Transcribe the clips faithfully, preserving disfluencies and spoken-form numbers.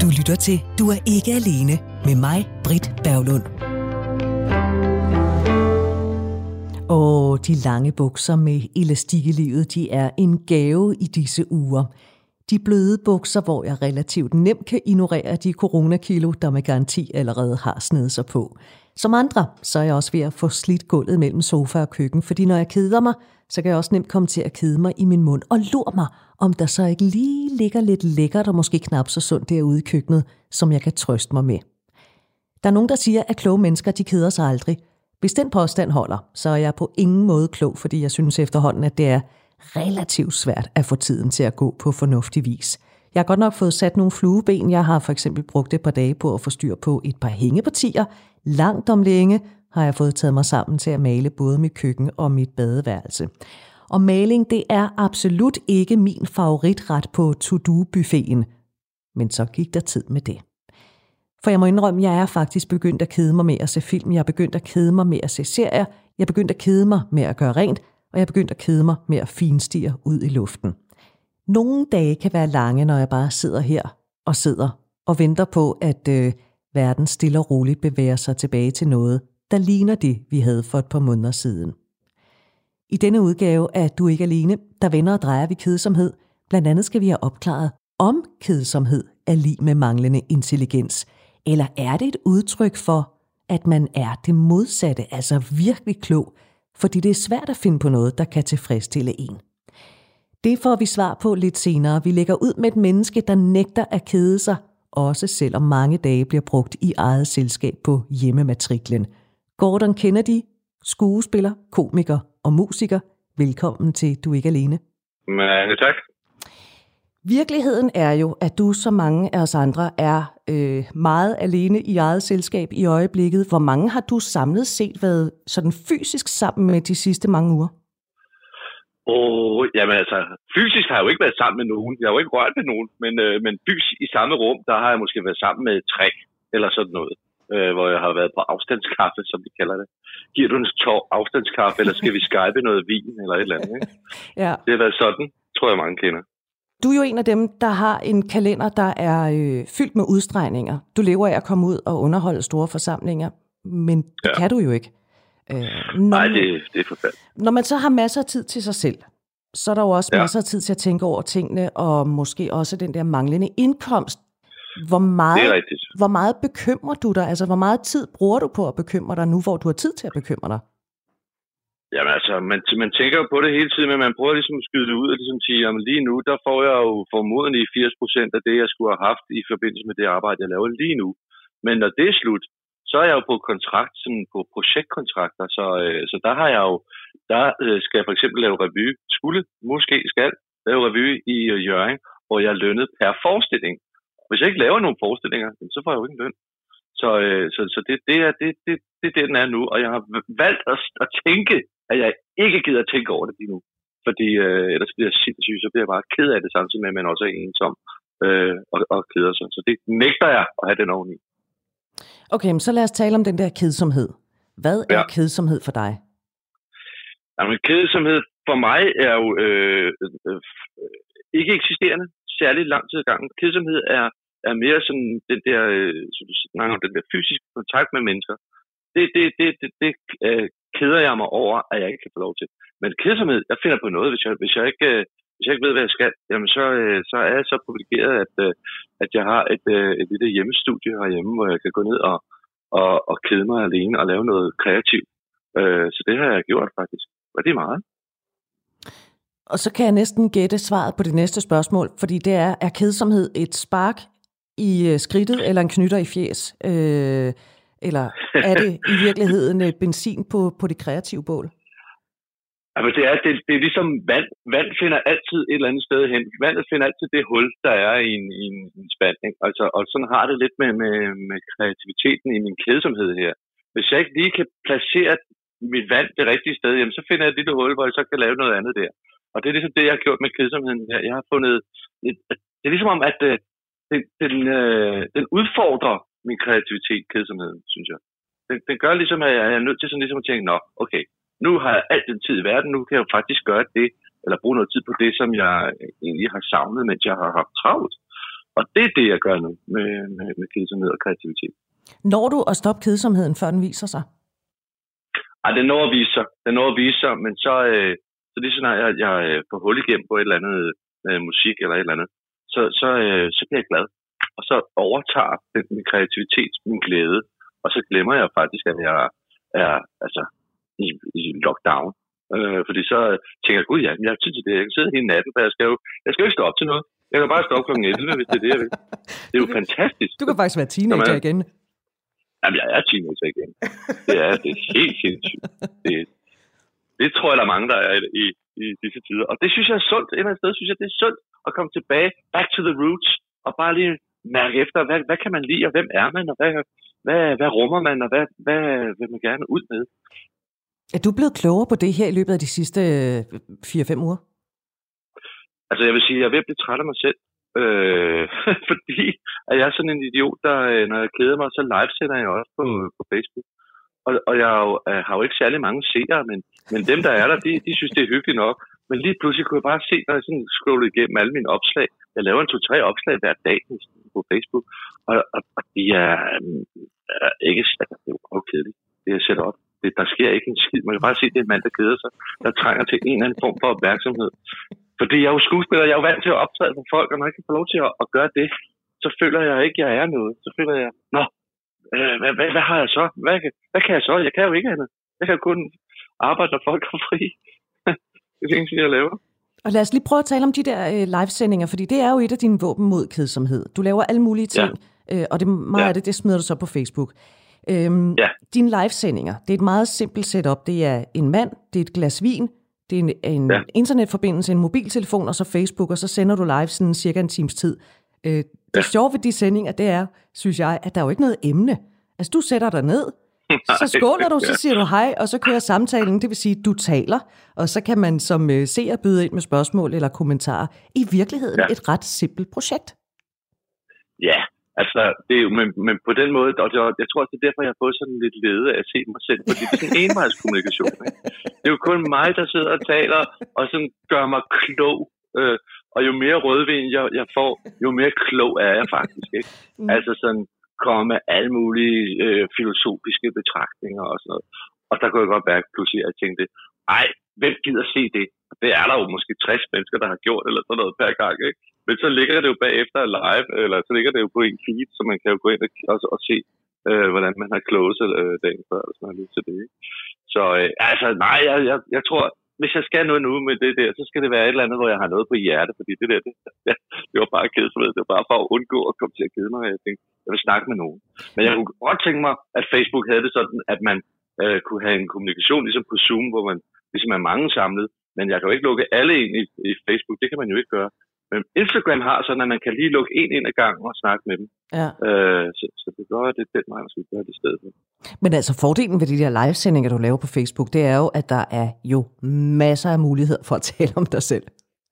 Du lytter til Du er ikke alene med mig, Britt Berglund. Og de lange bukser med elastik i livet, de er en gave i disse uger. De bløde bukser, hvor jeg relativt nemt kan ignorere de coronakilo, der med garanti allerede har snedet sig på. Som andre, så er jeg også ved at få slidt gulvet mellem sofa og køkken, fordi når jeg keder mig, så kan jeg også nemt komme til at kede mig i min mund. Og lur mig, om der så ikke lige ligger lidt lækkert og måske knap så sundt derude i køkkenet, som jeg kan trøste mig med. Der er nogen, der siger, at kloge mennesker, de keder sig aldrig. Hvis den påstand holder, så er jeg på ingen måde klog, fordi jeg synes efterhånden, at det er relativt svært at få tiden til at gå på fornuftig vis. Jeg har godt nok fået sat nogle flueben. Jeg har for eksempel brugt et par dage på at få styr på et par hængepartier. Langt om længe har jeg fået taget mig sammen til at male både mit køkken og mit badeværelse. Og maling, det er absolut ikke min favoritret på to-do-buffeten. Men så gik der tid med det. For jeg må indrømme, at jeg er faktisk begyndt at kede mig med at se film. Jeg er begyndt at kede mig med at se serier. Jeg er begyndt at kede mig med at gøre rent. Og jeg er begyndt at kede mig med at finstige ud i luften. Nogle dage kan være lange, når jeg bare sidder her og sidder og venter på, at øh, verden stille og roligt bevæger sig tilbage til noget, der ligner det, vi havde for et par måneder siden. I denne udgave af Du er ikke alene, der vender og drejer vi kedsomhed. Blandt andet skal vi have opklaret, om kedsomhed er lig med manglende intelligens. Eller er det et udtryk for, at man er det modsatte, altså virkelig klog, fordi det er svært at finde på noget, der kan tilfredsstille en. Det får vi svar på lidt senere. Vi lægger ud med et menneske, der nægter at kede sig, også selvom mange dage bliver brugt i eget selskab på hjemmematriklen. Gordon Kennedy, skuespiller, komiker og musiker. Velkommen til Du er ikke alene. Mange tak. Virkeligheden er jo, at du som mange af os andre er øh, meget alene i eget selskab i øjeblikket. Hvor mange har du samlet set været sådan fysisk sammen med de sidste mange uger? Åh, oh, jamen altså, fysisk har jeg jo ikke været sammen med nogen. Jeg har jo ikke rørt med nogen, men, øh, men fysisk i samme rum, der har jeg måske været sammen med tre eller sådan noget. Øh, hvor jeg har været på afstandskaffe, som de kalder det. Giver du en tår afstandskaffe, eller skal vi skype noget vin, eller et eller andet, ikke? Ja. Det har været sådan, tror jeg mange kender. Du er jo en af dem, der har en kalender, der er øh, fyldt med udstregninger. Du lever af at komme ud og underholde store forsamlinger, men det ja. kan du jo ikke. Øh, Nej, det, det er forfærdeligt. Når man så har masser af tid til sig selv, så er der jo også ja. masser af tid til at tænke over tingene, og måske også den der manglende indkomst. Hvor meget, det er rigtigt. Hvor meget bekymrer du dig? Altså, hvor meget tid bruger du på at bekymre dig nu, hvor du har tid til at bekymre dig? Jamen altså, man, man tænker jo på det hele tiden, men man prøver ligesom at skyde det ud og ligesom sige, jamen lige nu, der får jeg jo formodentlig firs procent af det, jeg skulle have haft i forbindelse med det arbejde, jeg laver lige nu. Men når det er slut, så er jeg jo på kontrakt, sådan på projektkontrakter, så, øh, så der har jeg jo, der øh, skal jeg for eksempel lave revy, skulle, måske skal lave revy i øh, Hjørring, hvor jeg er lønnet per forestilling. Hvis jeg ikke laver nogen forestillinger, så får jeg jo ikke en løn. Så, øh, så, så det, det, er, det, det, det er det, den er nu, og jeg har valgt at, at tænke, at jeg ikke gider at tænke over det lige nu. Fordi øh, ellers bliver jeg sindssyg, så bliver jeg bare ked af det samtidig med, at man også er ensom øh, og, og keder sig. Så det nægter jeg at have den oveni. Okay, men så lad os tale om den der kedsomhed. Hvad er ja. kedsomhed for dig? Jamen, kedsomhed for mig er jo øh, øh, ikke eksisterende særligt lang tid ad gangen. Kedsomhed er, er mere sådan den der, øh, som du snakker om, den der fysiske kontakt med mennesker. Det, det, det, det, det øh, keder jeg mig over, at jeg ikke kan få lov til. Men kedsomhed, jeg finder på noget, hvis jeg, hvis jeg ikke... Øh, Hvis jeg ikke ved, hvad jeg skal, jamen så, øh, så er jeg så privilegeret, at, øh, at jeg har et, øh, et lille hjemmestudie herhjemme, hvor jeg kan gå ned og, og, og kede mig alene og lave noget kreativt. Øh, så det har jeg gjort faktisk. Og det er meget. Og så kan jeg næsten gætte svaret på det næste spørgsmål, fordi det er, er kedsomhed et spark i skridtet eller en knytter i fjæs? Øh, eller er det i virkeligheden benzin på, på det kreative bål? Altså, det er, det, det er ligesom vand. Vand finder altid et eller andet sted hen. Vandet finder altid det hul, der er i en, i en, en spand. Ikke? Altså, og sådan har det lidt med, med, med kreativiteten i min kedsomhed her. Hvis jeg ikke lige kan placere mit vand det rigtige sted, jamen, så finder jeg et lille hul, hvor jeg så kan lave noget andet der. Og det er ligesom det, jeg har gjort med kedsomheden her. Jeg har fundet... Et, det er ligesom om, at øh, den, den, øh, den udfordrer min kreativitet, kedsomheden, synes jeg. Den, den gør ligesom, at jeg er nødt til sådan ligesom at tænke, nå, okay, nu har jeg alt den tid i verden, nu kan jeg jo faktisk gøre det, eller bruge noget tid på det, som jeg egentlig har savnet, mens jeg har haft travlt. og det er det, jeg gør nu med, med, med kedsomhed og kreativitet. Når du at stoppe kedsomheden, før den viser sig? Ej, den når at vise sig, den når at vise sig, men så, øh, så lige sådan, at jeg, jeg får hul igennem på et eller andet øh, musik eller et eller andet, så, så, øh, så bliver jeg glad. Og så overtager den min kreativitet, min glæde, og så glemmer jeg faktisk, at jeg er altså, i, i lockdown. Øh, fordi så tænker jeg, gud ja, jeg har tid til det, jeg kan sidde hele natten, for jeg skal jo, jeg skal jo ikke stå op til noget. Jeg kan bare stå op klokken elleve, hvis det er det, jeg vil. Det er jo fantastisk. Du kan faktisk være teenager igen. Jamen, jeg er teenager igen. Det er, det er helt sindssygt. Det, det tror jeg, der er mange, der er i, i disse tider. Og det synes jeg er sundt. Et eller andet sted synes jeg, det er sundt at komme tilbage, back to the roots, og bare lige mærke efter, hvad, hvad kan man lide, og hvem er man, og hvad, hvad, hvad rummer man, og hvad, hvad vil man gerne ud med. Er du blevet klogere på det her i løbet af de sidste fire fem uger? Altså, jeg vil sige, jeg er ved at blive træt af mig selv. Øh, fordi at jeg er sådan en idiot, der, når jeg keder mig, så livesender jeg også på, på Facebook. Og, og jeg jo, har jo ikke særlig mange seere, men, men dem, der er der, de, de synes, det er hyggeligt nok. Men lige pludselig kunne jeg bare se, når jeg sådan scrollede igennem alle mine opslag. Jeg laver en to-tre opslag hver dag på Facebook. Og, og, og de er, er ikke... Altså, det er jo okay kedeligt, det jeg sætter op. Det, der sker ikke en skid. Man kan bare se, det er en mand, der keder sig. Der trænger til en eller anden form for opmærksomhed. Fordi jeg er jo skuespiller, jeg er jo vant til at optræde for folk, og når jeg ikke får lov til at, at gøre det, så føler jeg ikke, at jeg er noget. Så føler jeg, nå, øh, hvad, hvad, hvad har jeg så? Hvad, hvad kan jeg så? Jeg kan jo ikke andet. Jeg kan kun arbejde, når folk er fri. Det er det eneste, jeg laver. Og lad os lige prøve at tale om de der øh, livesendinger, fordi det er jo et af dine våben mod kedsomhed. Du laver alle mulige ting, ja. øh, og det, meget ja. af det, det smider du så på Facebook. Øhm, ja. Dine livesendinger, det er et meget simpelt setup. Det er en mand, det er et glas vin, det er en, en ja. internetforbindelse, en mobiltelefon, og så Facebook, og så sender du live sådan cirka en times tid. Øh, det ja. sjove ved de sendinger, det er, synes jeg, at der er jo ikke noget emne. Altså, du sætter dig ned, så skåler du, så siger du hej, og så kører samtalen, det vil sige, du taler, og så kan man som øh, seer byde ind med spørgsmål eller kommentarer. I virkeligheden ja. et ret simpelt projekt. Ja, altså, det er jo, men, men på den måde, og det, jeg tror også, det er derfor, jeg har fået sådan lidt lede af at se mig selv, fordi det er sådan en envejskommunikation. Ikke? Det er jo kun mig, der sidder og taler, og sådan gør mig klog, øh, og jo mere rødvin jeg, jeg får, jo mere klog er jeg faktisk, ikke? Mm. Altså sådan, komme med alle mulige øh, filosofiske betragtninger og sådan noget. Og der kunne jeg godt mærke pludselig, at jeg tænkte, ej, hvem gider se det? Det er der jo måske tres mennesker, der har gjort, eller sådan noget per gang, ikke? Men så ligger det jo bagefter live, eller så ligger det jo på en feed, så man kan jo gå ind og, og, og se, øh, hvordan man har closet øh, dagen før, eller sådan noget til det, ikke? Så øh, altså, nej, jeg, jeg, jeg tror, hvis jeg skal noget nu med det der, så skal det være et eller andet, hvor jeg har noget på hjerte, fordi det der, det, ja, det var bare kedsomhed, det var bare for at undgå at komme til at kede mig, jeg tænkte, jeg vil snakke med nogen. Men jeg kunne godt tænke mig, at Facebook havde det sådan, at man øh, kunne have en kommunikation, ligesom på Zoom, hvor man ligesom er mange samlet, men jeg kan jo ikke lukke alle ind i, i Facebook, det kan man jo ikke gøre. Men Instagram har sådan, at man kan lige lukke en ind ad gangen og snakke med dem. Ja. Øh, så, så det gør, det er den vej, man skal gøre det i stedet for. Men altså fordelen ved de der livesendinger, du laver på Facebook, det er jo, at der er jo masser af muligheder for at tale om dig selv.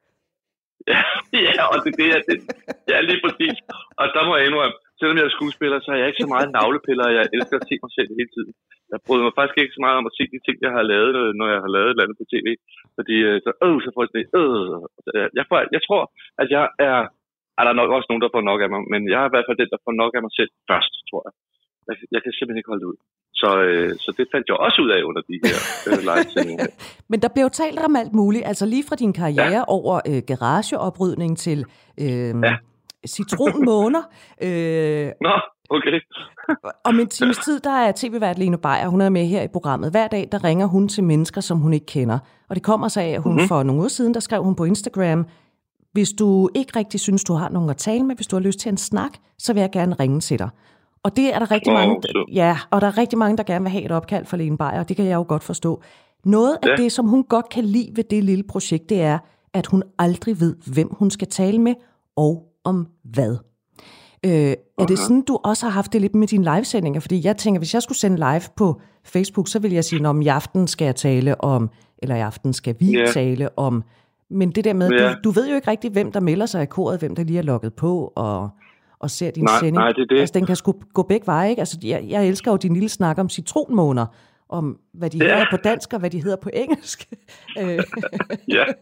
Ja, ja og det, det er det. Ja, lige præcis. Og der må jeg indrømme, selvom jeg er skuespiller, så er jeg ikke så meget navlepiller, og jeg elsker at se mig selv hele tiden. Jeg bryder mig faktisk ikke så meget om at se de ting, jeg har lavet, når jeg har lavet et eller andet på tv. Fordi så, øh, så får jeg sådan øh, jeg, får, jeg tror, at jeg er... Er der nok også nogen, der får nok af mig, men jeg er i hvert fald den, der får nok af mig selv først, tror jeg. Jeg, jeg kan simpelthen ikke holde det ud. Så, øh, så det fandt jeg også ud af under de her øh, live-sendinger. Men der blev jo talt om alt muligt, altså lige fra din karriere ja. over øh, garageoprydning til øh, ja. citronmåner. Øh, Nå, okay. Om en times tid, der er tv-vært Lene Beyer, hun er med her i programmet. Hver dag, der ringer hun til mennesker, som hun ikke kender. Og det kommer sig af, at hun mm-hmm. for nogle uger siden, der skrev hun på Instagram, hvis du ikke rigtig synes, du har nogen at tale med, hvis du har lyst til en snak, så vil jeg gerne ringe til dig. Og det er der rigtig oh, mange, der, ja, og der er rigtig mange, der gerne vil have et opkald fra Lene Beyer, og det kan jeg jo godt forstå. Noget af ja. det, som hun godt kan lide ved det lille projekt, det er, at hun aldrig ved, hvem hun skal tale med, og om hvad. Øh, okay. Er det sådan, du også har haft det lidt med dine livesendinger? Fordi jeg tænker, hvis jeg skulle sende live på Facebook, så vil jeg sige, om i aften skal jeg tale om, eller i aften skal vi yeah. tale om. Men det der med, yeah. du, du ved jo ikke rigtig, hvem der melder sig i koret, hvem der lige er logget på, og, og ser din nej, sending. Nej, det er det. Altså, den kan sgu gå begge veje, ikke? Altså, jeg, jeg elsker jo din lille snak om citronmåner, om hvad de yeah. hedder på dansk, og hvad de hedder på engelsk. Ja,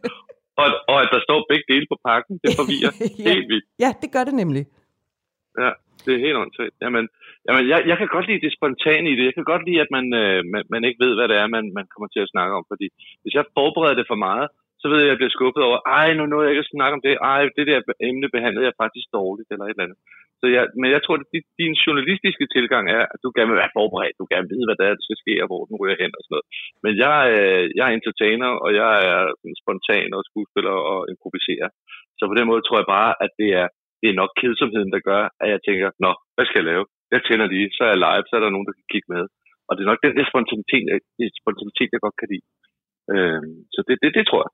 og, og at der står begge dele på pakken, det forvirrer ja. helt vildt. Ja, det gør det nemlig. Ja, det er helt åndssvagt. Jamen, jamen jeg, jeg kan godt lide det spontane i det. Jeg kan godt lide, at man, øh, man, man ikke ved, hvad det er, man, man kommer til at snakke om. Fordi hvis jeg forbereder det for meget, så ved jeg, at jeg bliver skuffet over, ej, nu nåede jeg ikke at snakke om det. Ej, det der emne behandlede jeg faktisk dårligt, eller et eller andet. Så jeg, men jeg tror, at din journalistiske tilgang er, at du gerne vil være forberedt. Du gerne vide, hvad der er, der skal ske, og hvor den ryger hen og sådan noget. Men jeg, øh, jeg er entertainer, og jeg er spontan og skuespiller og improviserer. Så på den måde tror jeg bare, at det er det er nok kedsomheden, der gør, at jeg tænker, nå, hvad skal jeg lave? Jeg tænder lige, så er jeg live, så er der nogen, der kan kigge med. Og det er nok den der spontanitet, det spontanitet jeg godt kan lide. Øhm, så det, det, det tror jeg.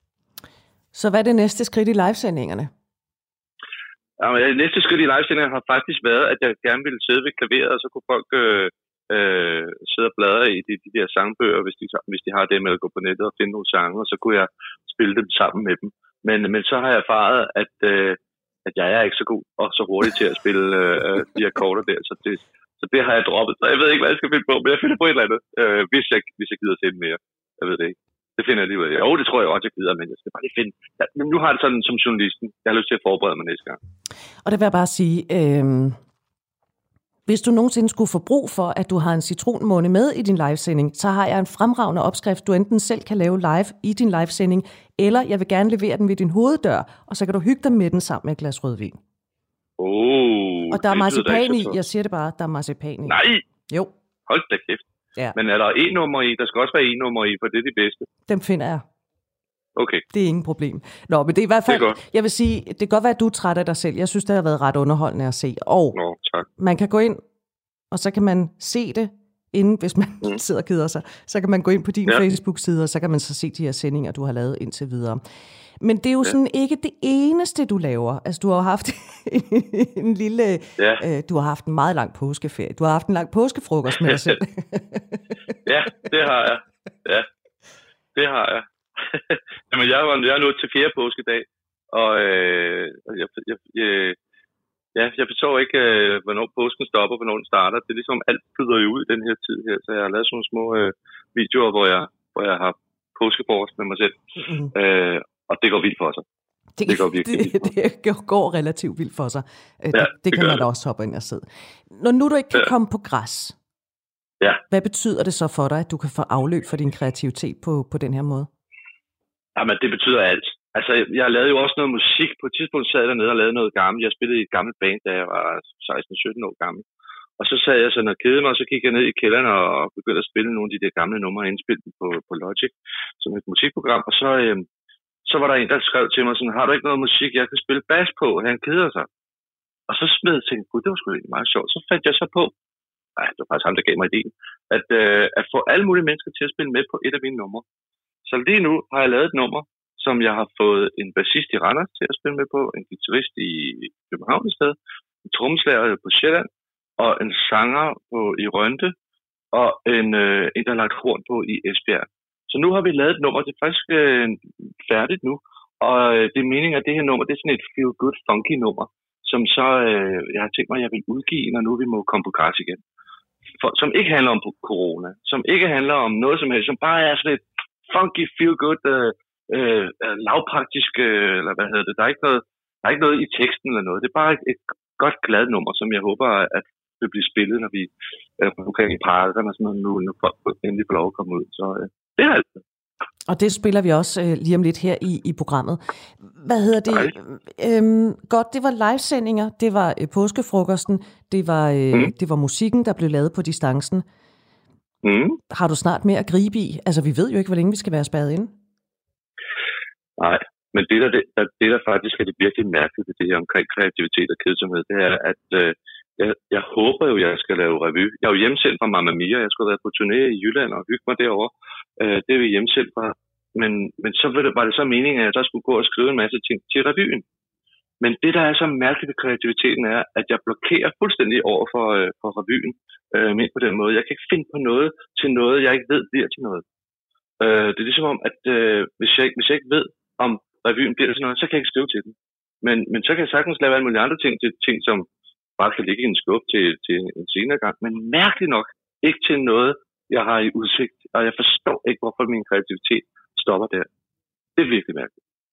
Så hvad er det næste skridt i livesendingerne? Jamen, det næste skridt i livesendingerne har faktisk været, at jeg gerne ville sidde ved klaveret, og så kunne folk øh, øh, sidde og bladre i de, de der sangbøger, hvis de, hvis de har det med at gå på nettet og finde nogle sange, og så kunne jeg spille dem sammen med dem. Men, men så har jeg erfaret, at øh, at jeg er ikke så god og så hurtig til at spille øh, de akkorder der, så det, så det har jeg droppet. Så jeg ved ikke, hvad jeg skal finde på, men jeg finder på et eller andet, øh, hvis, jeg, hvis jeg gider at finde mere. Jeg ved det ikke. Det finder jeg lige ud af. Jo, det tror jeg også, jeg gider, men jeg skal bare lige finde. Ja, men nu har jeg det sådan som journalisten. Jeg har lyst til at forberede mig næste gang. Og det vil jeg bare sige, øh, hvis du nogensinde skulle få brug for, at du har en citronmåne med i din livesending, så har jeg en fremragende opskrift, du enten selv kan lave live i din livesending, eller jeg vil gerne levere den ved din hoveddør, og så kan du hygge dig med den sammen med et glas rødvin. Oh, og der er marcipan i, jeg siger det bare, der er marcipan i. Nej! Jo. Hold da kæft. Ja. Men er der e-nummer i? Der skal også være e-nummer i, for det er de bedste. Dem finder jeg. Okay. Det er ingen problem. Nå, men det er i hvert fald, jeg vil sige, det kan godt være, at du er træt af dig selv. Jeg synes, det har været ret underholdende at se. Og Nå, tak. Man kan gå ind, og så kan man se det, inden, hvis man mm. sidder og keder sig. Så kan man gå ind på din ja. Facebook-side, og så kan man så se de her sendinger, du har lavet indtil videre. Men det er jo ja. sådan ikke det eneste, du laver. Altså, du har haft en lille... Ja. Øh, du har haft en meget lang påskeferie. Du har haft en lang påskefrokost med dig selv. Ja, det har jeg. Ja, det har jeg. Jamen, jeg er, jeg er nået til fjerde påskedag, og øh, jeg, jeg, jeg, ja, jeg forstår ikke, øh, hvornår påsken stopper, hvornår den starter. Det er ligesom, alt flyder jo ud i den her tid her, så jeg har lavet sådan nogle små øh, videoer, hvor jeg, hvor jeg har påskefrokost med mig selv, mm-hmm. øh, og det går vildt for sig. Det, det, går virkelig det, det går relativt vildt for sig. Øh, ja, det, det, det kan man da også hoppe ind og sidde. Når nu du ikke kan ja. komme på græs, ja. hvad betyder det så for dig, at du kan få afløb for din kreativitet på, på den her måde? Jamen, det betyder alt. Altså, jeg lavede jo også noget musik. På et tidspunkt sad jeg dernede og lavede noget gammelt. Jeg spillede i et gammelt band, da jeg var seksten sytten år gammel. Og så sad jeg sådan og kedede mig, og så gik jeg ned i kælderen og begyndte at spille nogle af de der gamle numre og indspille dem på, på Logic, som et musikprogram. Og så, øh, så var der en, der skrev til mig sådan, har du ikke noget musik, jeg kan spille bas på? Han keder sig. Og så smed jeg og tænkte, gud, det var sgu egentlig meget sjovt. Så fandt jeg så på, nej, det var faktisk ham, der gav mig ideen, at, øh, at få alle mulige mennesker til at spille med på et af mine numre. Så lige nu har jeg lavet et nummer, som jeg har fået en bassist i Randers til at spille med på, en guitarist i København i stedet, en trommeslager på Sjælland, og en sanger på, i Rønde, og en, øh, en, der har lagt horn på i Esbjerg. Så nu har vi lavet et nummer, det er faktisk øh, færdigt nu, og øh, det er meningen, at det her nummer, det er sådan et feel good, funky nummer, som så, øh, jeg har tænkt mig, at jeg vil udgive, når nu vi må komme på græs igen. For, som ikke handler om corona, som ikke handler om noget som helst, som bare er sådan et funky, feel good, øh, øh, lavpraktisk, øh, eller hvad hedder det, der er ikke noget, der er ikke noget i teksten eller noget, det er bare et, et godt glad nummer, som jeg håber, at det bliver spillet, når vi er omkring i parkerne og sådan noget, nu, nu folk endelig får lov at komme ud, så øh, det er alt. Og det spiller vi også øh, lige om lidt her i, i programmet. Hvad hedder det? Øhm, godt, det var livesendinger, det var øh, påskefrokosten, det var, øh, mm. det var musikken, der blev lavet på distancen. Mm. Har du snart mere at gribe i? Altså, vi ved jo ikke, hvor længe vi skal være spærret inde. Nej, men det der, det, det, der faktisk er det virkelig mærkeligt ved det her omkring kreativitet og kedsomhed, det er, at øh, jeg, jeg håber jo, at jeg skal lave revy. Jeg er jo hjemsendt fra Mamma Mia, jeg skulle have været på turné i Jylland og hygge mig derovre. Øh, det er vi hjemsendt fra. Men, men så var det så meningen, at jeg så skulle gå og skrive en masse ting til revyen. Men det, der er så mærkeligt ved kreativiteten, er, at jeg blokerer fuldstændig over for, øh, for revyen øh, med på den måde. Jeg kan ikke finde på noget til noget, jeg ikke ved bliver til noget. Øh, det er ligesom om, at øh, hvis, jeg, hvis jeg ikke ved, om revyen bliver til noget, så kan jeg ikke skrive til den. Men, men så kan jeg sagtens lave alle mulige andre ting til ting, som bare kan ligge i en skub til, til en senere gang. Men mærkeligt nok ikke til noget, jeg har i udsigt. Og jeg forstår ikke, hvorfor min kreativitet stopper der. Det er virkelig mærkeligt.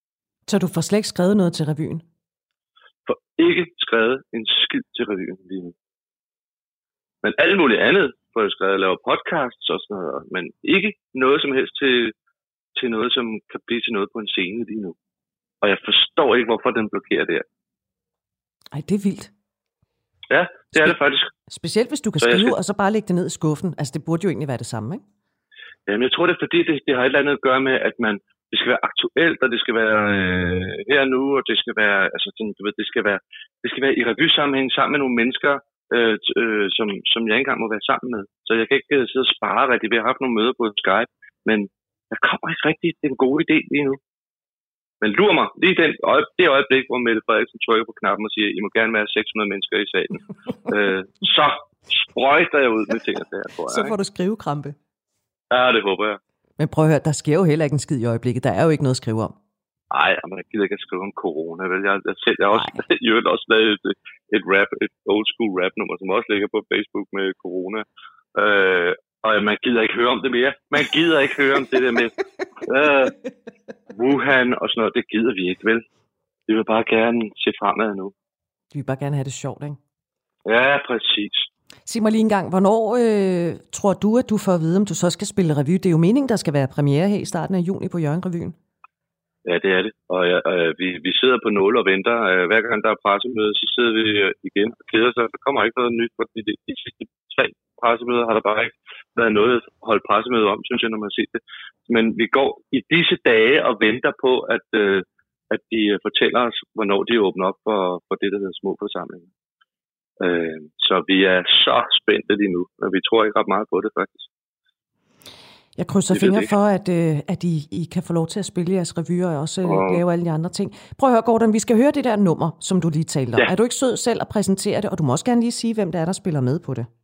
Så du får slet ikke skrevet noget til revyen? For ikke skrevet en skid til revyen lige nu. Men alt muligt andet får jeg skrevet, lave podcasts og sådan noget, men ikke noget som helst til, til noget, som kan blive til noget på en scene lige nu. Og jeg forstår ikke, hvorfor den blokerer der. Ej, det er vildt. Ja, det er det faktisk. Specielt hvis du kan skrive, skal... og så bare lægge det ned i skuffen. Altså, det burde jo egentlig være det samme, ikke? Jamen, jeg tror, det er fordi, det, det har et eller andet at gøre med, at man, det skal være aktuelt, og det skal være øh, her nu, og det skal være, altså, sådan, du ved, det skal være, det skal være i revysammenhæng sammen med nogle mennesker, øh, øh, som, som jeg ikke engang må være sammen med. Så jeg kan ikke sidde og spare rigtig. Vi har haft nogle møder på Skype, men der kommer ikke rigtig den gode idé lige nu. Men lur mig, lige den, det øjeblik, hvor Mette Frederiksen trykker på knappen og siger, I må gerne være seks hundrede mennesker i salen, øh, så sprøjter jeg ud med ting og sager, tror jeg. Så får du skrivekrampe. Ja, det håber jeg. Men prøv at høre, der sker jo heller ikke en skid i øjeblikket. Der er jo ikke noget at skrive om. Nej, men jeg gider ikke at skrive om corona, vel? Jeg, jeg, selv, jeg har også, jeg har også lavet et, et rap, et old school rap nummer, som også ligger på Facebook med corona. Øh, og man gider ikke høre om det mere. Man gider ikke høre om det der med øh, Wuhan og sådan noget. Det gider vi ikke, vel? Vi vil bare gerne se fremad nu. Vi vil bare gerne have det sjovt, ikke? Ja, præcis. Sig mig lige en gang, hvornår øh, tror du, at du får at vide, om du så skal spille revy? Det er jo meningen, der skal være premiere her i starten af juni på Hjørring-revyen. Ja, det er det. Og ja, øh, vi, vi sidder på nåle og venter. Øh, hver gang der er pressemøde, så sidder vi øh, igen og keder sig. Der kommer ikke noget nyt, fordi de, de sidste tre pressemøder har der bare ikke været noget at holde pressemøde om, synes jeg, når man ser det. Men vi går i disse dage og venter på, at, øh, at de fortæller os, hvornår de åbner op for, for det, der hedder små forsamlinger. Øh, så vi er så spændte lige nu, og vi tror ikke ret meget på det, faktisk. Jeg krydser fingre for, at, øh, at I, I kan få lov til at spille jeres revyer og også og... lave alle de andre ting. Prøv at høre, Gordon, vi skal høre det der nummer, som du lige talte om. Ja. Er du ikke sød selv at præsentere det, og du må også gerne lige sige, hvem det er, der spiller med på det?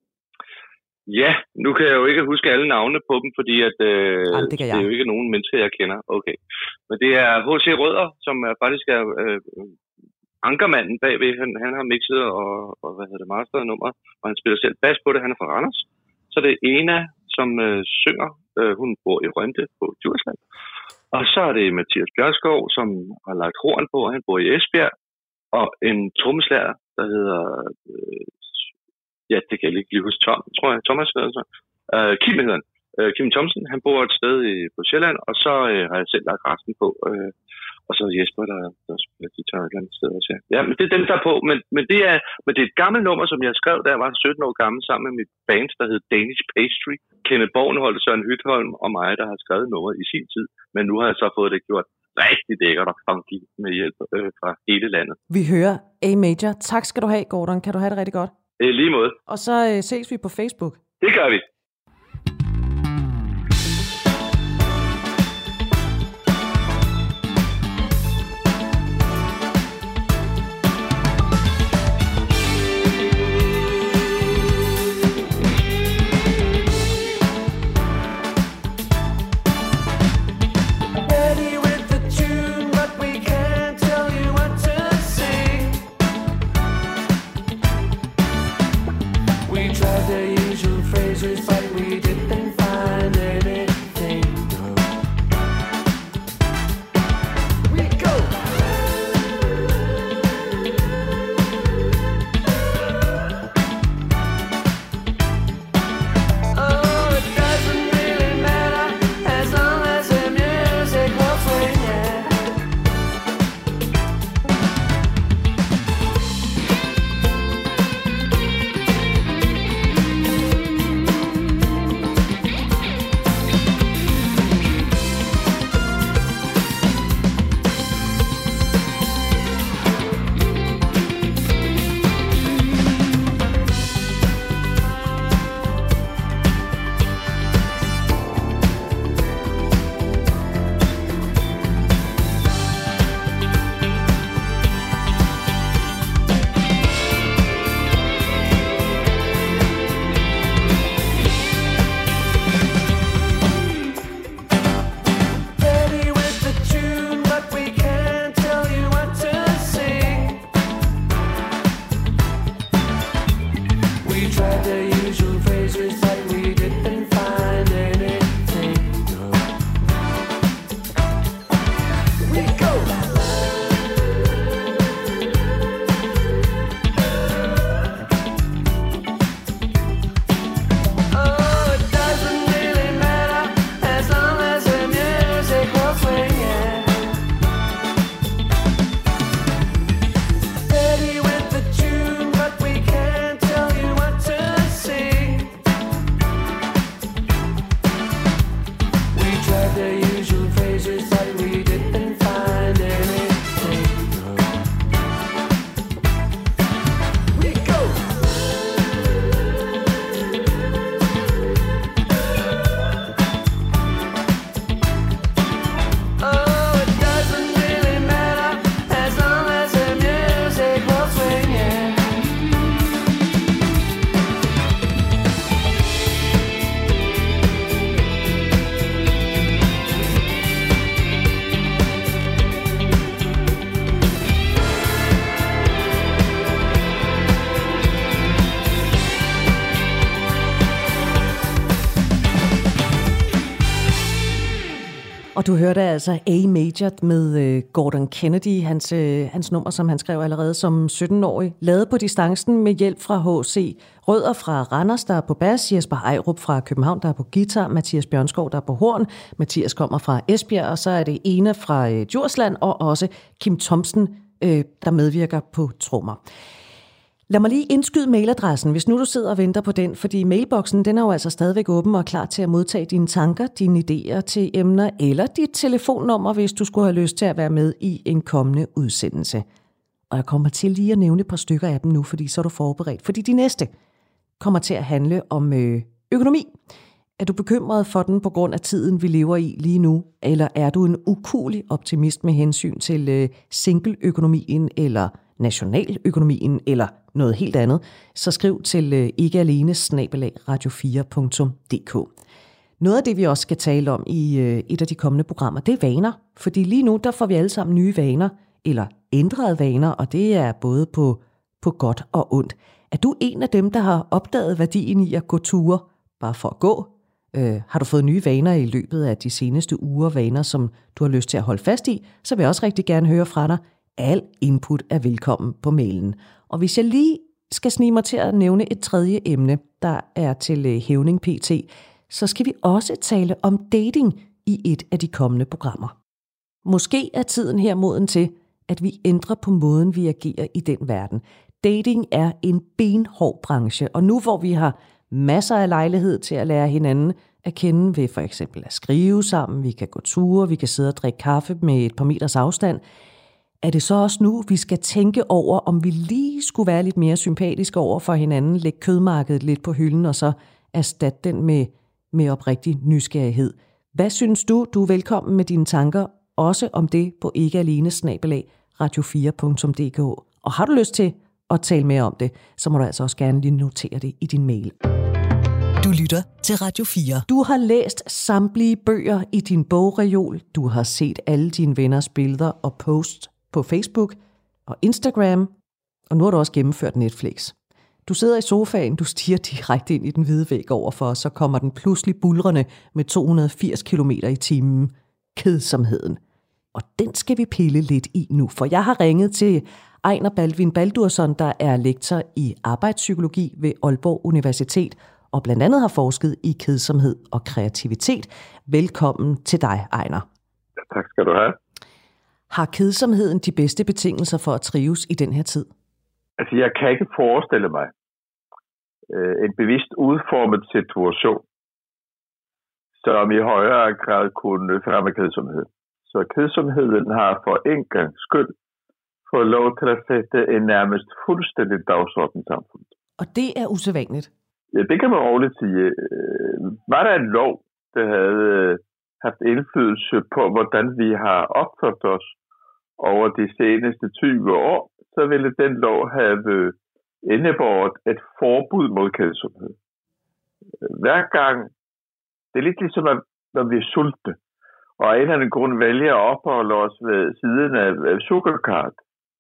Ja, nu kan jeg jo ikke huske alle navne på dem, fordi at, øh, Jamen, det, det er jo ikke nogen mennesker, jeg kender. Okay. Men det er H C Rødder, som er faktisk er øh, ankermanden bagved. Han, han har mixet og, og hvad hedder det, masteret nummer, og han spiller selv bas på det. Han er fra Randers. Så det er Ena, som øh, synger. Øh, hun bor i Rønte på Djursland. Og så er det Mathias Bjørnskov, som har lagt horn på. Han bor i Esbjerg. Og en trommeslager, der hedder... Øh, ja, det kan jeg ikke lige huske. Tom, tror jeg. Thomas hedder han så. Øh, Kim hedder han. Øh, Kim Thomsen, han bor et sted i, på Sjælland. Og så øh, har jeg selv lagt resten på. Øh, og så Jesper, der, der spiller guitar et eller andet sted også. Ja, ja men det er dem, der er på. Men, men, det er, men det er et gammelt nummer, som jeg skrev, da jeg var sytten år gammel, sammen med mit band, der hed Danish Pastry. Kenneth Bornholdt, Søren Hytholm og mig, der har skrevet nummeret i sin tid. Men nu har jeg så fået det gjort rigtig lækkert og funky med hjælp øh, fra hele landet. Vi hører A-Major. Tak skal du have, Gordon. Kan du have det rigtig godt? I lige måde. Og så øh, ses vi på Facebook. Det gør vi. The usual phrases. Og du hørte altså A Major med øh, Gordon Kennedy, hans, øh, hans nummer, som han skrev allerede som sytten-årig. Lavet på distancen med hjælp fra H C Rødder fra Randers, der er på bas, Jesper Ejrup fra København, der er på guitar, Mathias Bjørnskov, der er på horn, Mathias kommer fra Esbjerg, og så er det Ena fra øh, Djursland, og også Kim Thomsen, øh, der medvirker på trommer. Lad mig lige indskyde mailadressen, hvis nu du sidder og venter på den, fordi mailboksen den er jo altså stadigvæk åben og klar til at modtage dine tanker, dine idéer til emner eller dit telefonnummer, hvis du skulle have lyst til at være med i en kommende udsendelse. Og jeg kommer til lige at nævne et par stykker af dem nu, fordi så er du forberedt. Fordi de næste kommer til at handle om øh, økonomi. Er du bekymret for den på grund af tiden, vi lever i lige nu? Eller er du en ukuelig optimist med hensyn til øh, singleøkonomien eller nationaløkonomien eller noget helt andet, så skriv til øh, ikkealene snabel-a radio fire punktum d k. Noget af det, vi også skal tale om i øh, et af de kommende programmer, det er vaner. Fordi lige nu, der får vi alle sammen nye vaner, eller ændrede vaner, og det er både på, på godt og ondt. Er du en af dem, der har opdaget værdien i at gå ture, bare for at gå? Øh, har du fået nye vaner i løbet af de seneste uger, vaner, som du har lyst til at holde fast i, så vil jeg også rigtig gerne høre fra dig. Al input er velkommen på mailen. Og hvis jeg lige skal snige mig til at nævne et tredje emne, der er til hævning pt., så skal vi også tale om dating i et af de kommende programmer. Måske er tiden her moden til, at vi ændrer på måden, vi agerer i den verden. Dating er en benhård branche, og nu hvor vi har masser af lejlighed til at lære hinanden at kende ved for eksempel at skrive sammen, vi kan gå ture, vi kan sidde og drikke kaffe med et par meters afstand, er det så også nu, vi skal tænke over, om vi lige skulle være lidt mere sympatiske over for hinanden, lægge kødmarkedet lidt på hylden, og så erstatte den med, med oprigtig nysgerrighed. Hvad synes du? Du er velkommen med dine tanker, også om det på ikkealene snabel-a radio fire punktum d k. Og har du lyst til at tale mere om det, så må du altså også gerne lige notere det i din mail. Du lytter til Radio fire. Du har læst samtlige bøger i din bogreol. Du har set alle dine venners billeder og posts på Facebook og Instagram, og nu har du også gennemført Netflix. Du sidder i sofaen, du stiger direkte ind i den hvide væg overfor, så kommer den pludselig bulrende med to hundrede og firs kilometer i timen. Kedsomheden. Og den skal vi pille lidt i nu, for jeg har ringet til Ejner Baldvin Baldursson, der er lektor i arbejdspsykologi ved Aalborg Universitet, og blandt andet har forsket i kedsomhed og kreativitet. Velkommen til dig, Ejner. Ja, tak skal du have. Har kedsomheden de bedste betingelser for at trives i den her tid? Altså, jeg kan ikke forestille mig øh, en bevidst udformet situation, som i højere grad kunne fremme kedsomhed. Så kedsomheden har for en gang skyld fået lov til at sætte en nærmest fuldstændig dagsorden i samfundet. Og det er usædvanligt. Ja, det kan man roligt sige. Var der en lov, der havde haft indflydelse på, hvordan vi har opført os over de seneste tyve år, så ville den lov have indebåret et forbud mod kedsomhed. Hver gang, det er lidt ligesom, når vi er sultne, og af en eller anden grund vælger at opholde os ved siden af sukkerkart,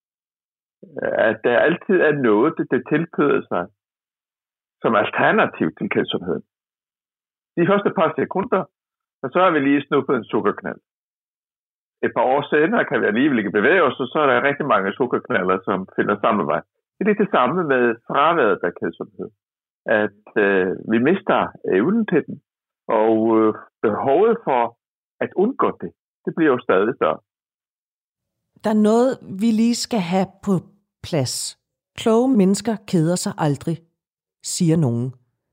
at der altid er noget, der tilbyder sig som alternativ til kedsomhed. De første par sekunder, og så har vi lige snuppet en sukkerknald. Et par år senere kan vi alligevel ikke bevæge os, og så er der rigtig mange sukkerknaller, som finder samme vej. Det er det samme med fraværet af kedsomhed. At øh, vi mister evnen til den, og øh, behovet for at undgå det, det bliver jo stadig større. Der er noget, vi lige skal have på plads. Kloge mennesker keder sig aldrig, siger nogen.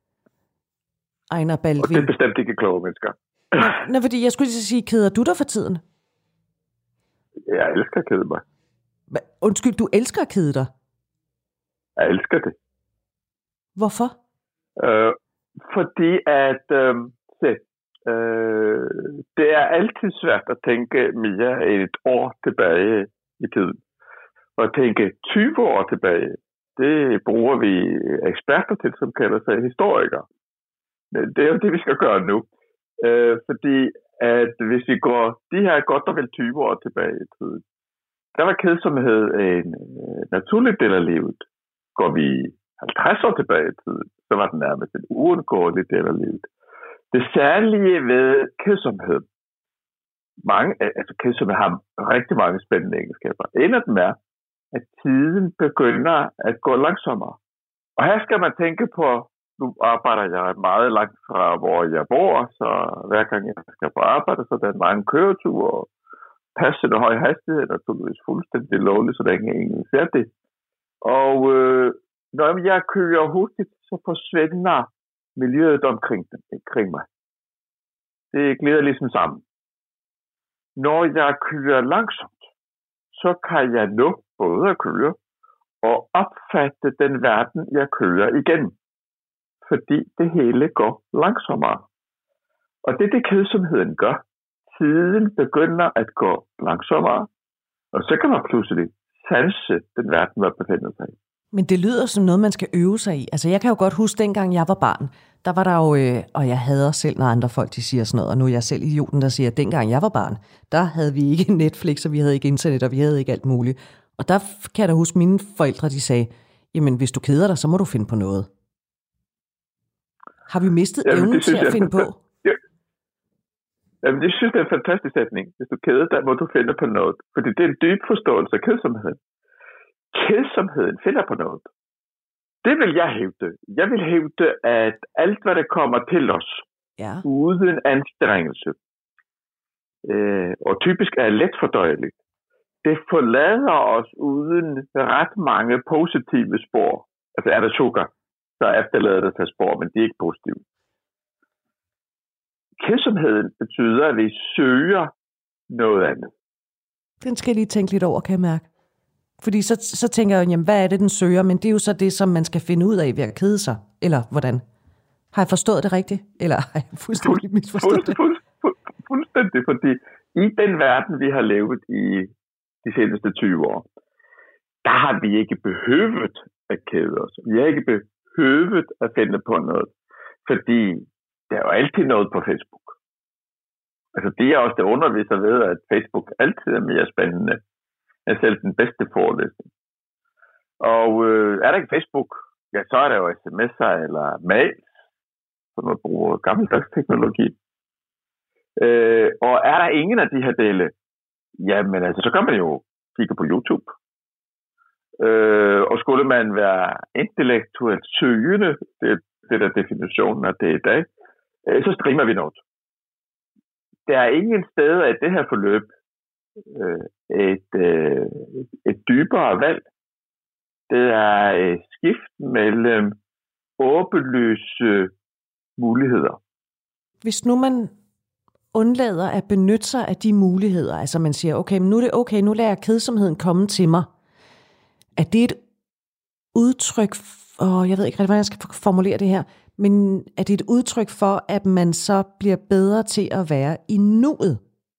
Ejner Baldvin. Og det er bestemt ikke kloge mennesker. Nå, fordi jeg skulle lige sige, keder du dig for tiden? Jeg elsker at kede mig. Undskyld, du elsker at kede dig? Jeg elsker det. Hvorfor? Øh, fordi at øh, se, øh, det er altid svært at tænke mere end et år tilbage i tiden. Og at tænke tyve år tilbage, det bruger vi eksperter til, som kalder sig historikere. Men det er jo det, vi skal gøre nu. Øh, fordi at hvis vi går de her godt og vel tyve år tilbage i tiden, der var kedsomhed en øh, naturlig del af livet. Går vi halvtreds år tilbage i tiden, så var den nærmest en uundgåelig del af livet. Det særlige ved kedsomhed, mange, altså kedsomhed har rigtig mange spændende egenskaber. En af dem er, at tiden begynder at gå langsommere. Og her skal man tænke på, nu arbejder jeg meget langt fra, hvor jeg bor, så hver gang jeg skal på arbejde, så er der en lang køretur, og passende høj hastighed, er naturligvis fuldstændig lovligt, så længe ingen ser det. Og øh, når jeg kører hurtigt, så forsvinder miljøet omkring, omkring mig. Det glider ligesom sammen. Når jeg kører langsomt, så kan jeg nå både at køre og opfatte den verden, jeg kører igennem. Fordi det hele går langsommere. Og det er det, kedsomheden gør. Tiden begynder at gå langsommere, og så kan man pludselig sanse den verden, man befinder sig i. Men det lyder som noget, man skal øve sig i. Altså, jeg kan jo godt huske, dengang jeg var barn, der var der jo, øh, og jeg hader selv, når andre folk de siger sådan noget, og nu er jeg selv idioten, der siger, at dengang jeg var barn, der havde vi ikke Netflix, og vi havde ikke internet, og vi havde ikke alt muligt. Og der kan jeg da huske, mine forældre, de sagde, jamen, hvis du keder dig, så må du finde på noget. Har vi mistet jamen, evnen til at finde på? Ja. Jamen, det synes jeg er en fantastisk sætning. Hvis du keder dig, må du finde på noget. Fordi det er en dyb forståelse af kedsomheden. Kedsomheden finder på noget. Det vil jeg hævde. Jeg vil hævde, at alt, hvad der kommer til os, ja. uden anstrengelse, øh, og typisk er let fordøjeligt, det forlader os uden ret mange positive spor. Altså er der sukker, så efterlader det sig spor, men de er ikke positive. Kedsomheden betyder, at vi søger noget andet. Den skal jeg lige tænke lidt over, kan jeg mærke. Fordi så, så tænker jeg, jamen, hvad er det, den søger? Men det er jo så det, som man skal finde ud af ved at kede sig. Eller hvordan? Har jeg forstået det rigtigt? Eller har jeg fuldstændig misforstået det? Fuld, fuld, fuld, fuldstændig, fordi i den verden, vi har levet i de seneste tyve år, der har vi ikke behøvet at kede os. Vi har ikke behøvet at finde på noget. Fordi der er jo altid noget på Facebook. Altså det er også det underviser ved, at Facebook altid er mere spændende end selv den bedste forelæsning. Og øh, er der ikke Facebook, ja, så er der jo sms'er eller mails, som man bruger gammeldags teknologi. Øh, og er der ingen af de her dele, jamen altså, så kan man jo kigge på YouTube. Øh, og skulle man være intellektuelt søgende, det, det der definitionen af det i dag, øh, så streamer vi noget. Der er ingen steder i det her forløb øh, et, øh, et dybere valg. Det er et skift mellem åbenlyse muligheder. Hvis nu man undlader at benytte sig af de muligheder, altså man siger, okay, men nu er det okay, nu lader jeg kedsomheden komme til mig. Er det et udtryk, og jeg ved ikke rigtig, hvordan jeg skal formulere det her, men er det et udtryk for, at man så bliver bedre til at være i nuet?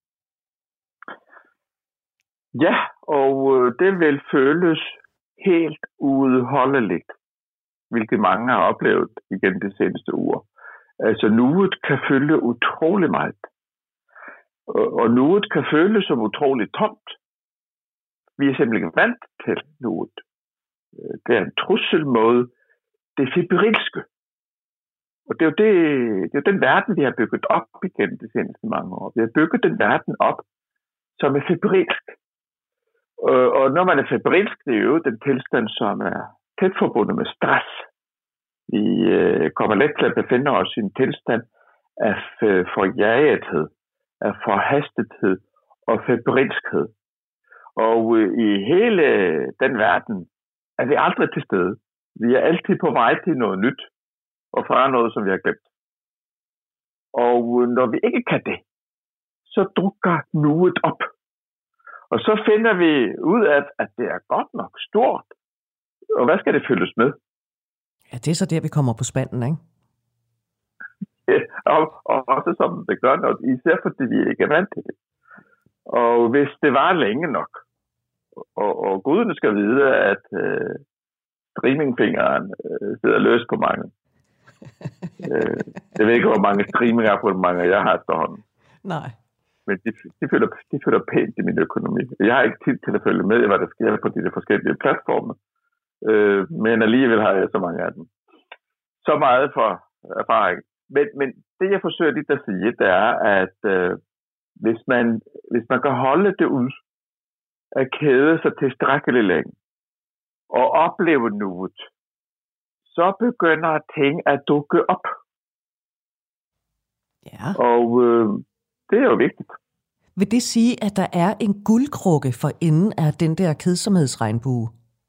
Ja, og det vil føles helt uudholdeligt, hvilket mange har oplevet igennem de seneste uger. Altså nuet kan føle utrolig meget. Og nuet kan føles som utroligt tomt. Vi er simpelthen vant til nuet. Det er en trussel mod det febrilske. Og det er jo, det, det er jo den verden, vi har bygget op igennem de seneste mange år. Vi har bygget den verden op, som er febrilsk. Og når man er febrilsk, det er jo den tilstand, som er tæt forbundet med stress. Vi kommer let til at befinde os i en tilstand af forjagethed, af forhastethed og febrilskhed. Og i hele den verden er vi aldrig til stede. Vi er altid på vej til noget nyt, og fra noget, som vi har glemt. Og når vi ikke kan det, så drukker nuet op. Og så finder vi ud af, at det er godt nok stort. Og hvad skal det fyldes med? Ja, det er så der, vi kommer på spanden, ikke? Ja, og, og også som det gør noget, især fordi vi ikke er vant til det. Og hvis det var længe nok, og, og gudene skal vide, at øh, streamingfingeren øh, sidder løs på mange. øh, jeg ved ikke, hvor mange streamingabonnementer jeg har efterhånden. Nej. Men de, de, føler, de føler pænt i min økonomi. Jeg har ikke tid til at følge med i, hvad der sker på de forskellige platforme. Øh, men alligevel har jeg så mange af dem. Så meget for erfaring. Men, men det, jeg forsøger lidt at sige, det er, at øh, hvis man, hvis man kan holde det ud, at kede sig tilstrækkeligt længe, og opleve noget, så begynder ting at dukke op. Ja. Og øh, det er jo vigtigt. Vil det sige, at der er en guldkrukke for enden af den der kedsomhedsregnbue?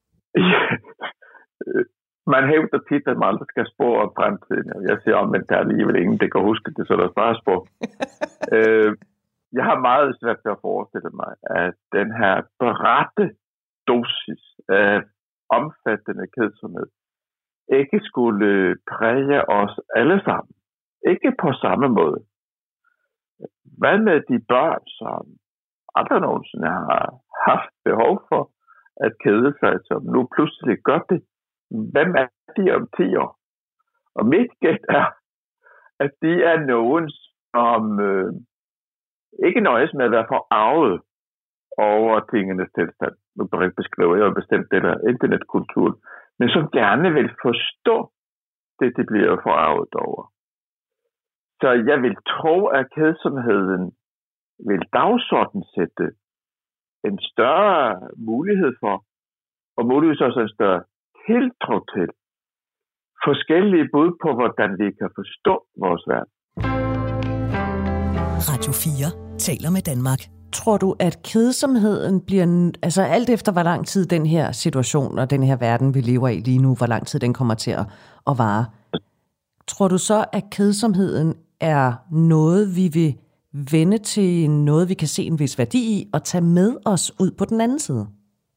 Man hævder tit, at man aldrig skal spå om fremtiden. Jeg siger om, men der er alligevel ingen, der kan huske det, så der er bare spå. øh, jeg har meget svært til at forestille mig, at den her berette dosis af omfattende kedsomhed ikke skulle præge os alle sammen. Ikke på samme måde. Hvad med de børn, som aldrig nogensinde har haft behov for at kede sig, som nu pludselig gør det? Hvem er de om ti år? Og mit gæt er, at de er nogen, som øh, ikke nøjes med at være forarvet over tingenes tilstand. Nu beskriver jeg jo bestemt det der internetkultur, men som gerne vil forstå det, de bliver forarvet over. Så jeg vil tro, at kedsomheden vil dagsordensætte en større mulighed for, og muligvis også en større tiltro til, forskellige bud på, hvordan vi kan forstå vores verden. Radio fire taler med Danmark. Tror du, at kedsomheden bliver, altså alt efter hvor lang tid den her situation og den her verden, vi lever i lige nu, hvor lang tid den kommer til at, at vare, tror du så, at kedsomheden er noget, vi vil vende til, noget vi kan se en vis værdi i, og tage med os ud på den anden side?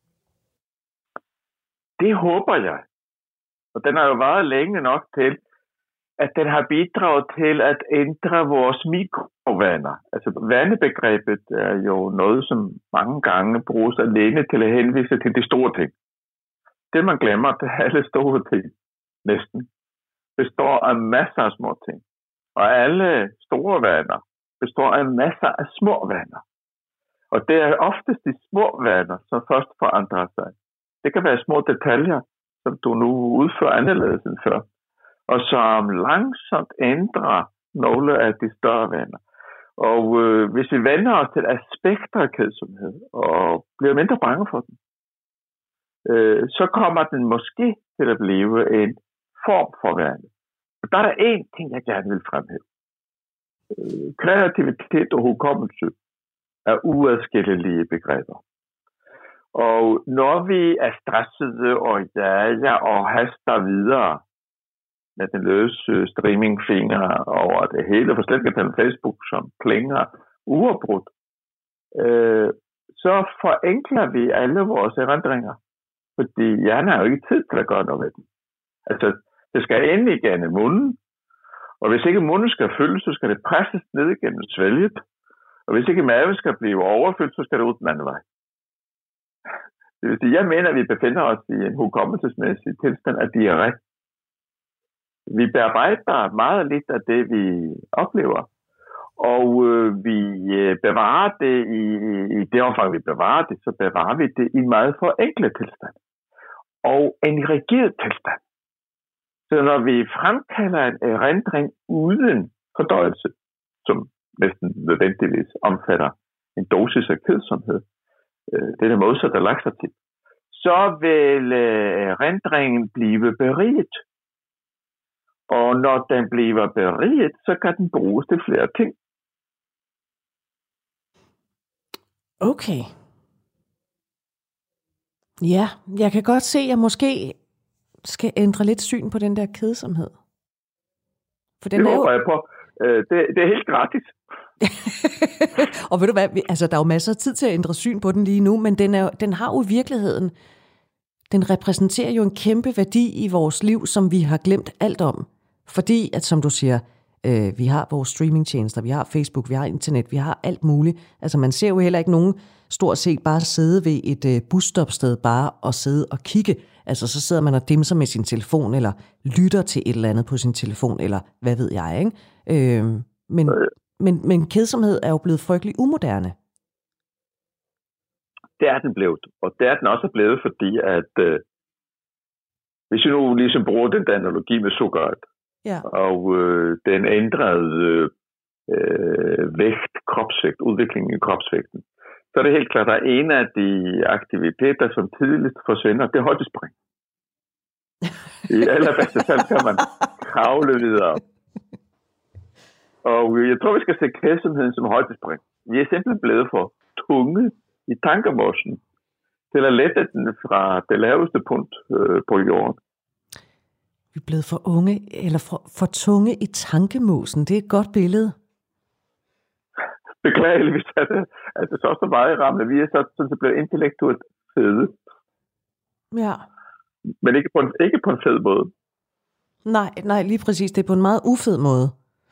Det håber jeg. Og den har jo været længe nok til, at den har bidraget til at ændre vores mikrovaner. Altså vanebegrebet er jo noget, som mange gange bruges alene til at henvise til de store ting. Det man glemmer, det er alle store ting, næsten, består af masser af små ting. Og alle store vaner består af masser af små vaner. Og det er oftest de små vaner, som først forandrer sig. Det kan være små detaljer, som du nu udfører anderledes end før, og som langsomt ændrer nogle af de større vaner. Og øh, hvis vi vender os til aspekter af kedsomhed, og bliver mindre bange for den, øh, så kommer den måske til at blive en form for vane. Og der er der én ting, jeg gerne vil fremhæve. Øh, kreativitet og hukommelse er uadskillelige begreber. Og når vi er stressede og jager og haster videre med den løse streamingfinger over det hele, for slet ikke på Facebook, som klinger uafbrudt, øh, så forenkler vi alle vores erindringer. Fordi hjernen har jo ikke tid til at gøre noget med den. Altså, det skal ind igennem munden, og hvis ikke munden skal fyldes, så skal det presses ned igennem svælget. Og hvis ikke maven skal blive overfyldt, så skal det ud den anden vej. Det vil sige, jeg mener, at vi befinder os i en hukommelsesmæssig tilstand af diarré. Vi bearbejder meget lidt af det, vi oplever. Og øh, vi bevarer det i, i det omfang, vi bevarer det, så bevarer vi det i en meget forenklet tilstand. Og en rigid tilstand. Så når vi fremkalder en erindring uden fordøjelse, som næsten nødvendigvis omfatter en dosis af kedsomhed, det er det modsatte af laxativ, så vil erindringen blive beriget. Og når den bliver beriget, så kan den bruges til flere ting. Okay. Ja, jeg kan godt se, at jeg måske skal ændre lidt syn på den der kedsomhed. For den det er håber jo... jeg på. Det, det er helt gratis. Og ved du hvad, altså, der er jo masser af tid til at ændre syn på den lige nu, men den, er, den har jo i virkeligheden, den repræsenterer jo en kæmpe værdi i vores liv, som vi har glemt alt om. Fordi, at som du siger, øh, vi har vores streamingtjenester, vi har Facebook, vi har internet, vi har alt muligt. Altså man ser jo heller ikke nogen stort set bare sidde ved et øh, busstopsted bare og sidde og kigge. Altså så sidder man og dimser med sin telefon, eller lytter til et eller andet på sin telefon, eller hvad ved jeg, ikke? Øh, men, men, men kedsomhed er jo blevet frygtelig umoderne. Det er den blevet, og det er den også blevet, fordi at øh, hvis vi nu ligesom bruger den der analogi med sukkeret, ja. og øh, den ændrede øh, øh, vægt, kropsvægt, udviklingen i kropsvægten, så er det helt klart, at en af de aktiviteter, som tidligst forsvinder, det er højdespring. I allerbedste fald kan man kravle videre. Og jeg tror, vi skal se kedsomheden som højdespring. Vi er simpelthen blevet for tunge i tankemosen til at lette den fra det laveste punkt øh, på jorden. Vi er blevet for unge, eller for, for tunge i tankemosen. Det er et godt billede. Beklageligvis er det, at det så også er meget ramme. Vi er så sådan, så blevet intellektuelt fede. Ja. Men ikke på en, ikke på en fed måde. Nej, nej, lige præcis. Det er på en meget ufed måde.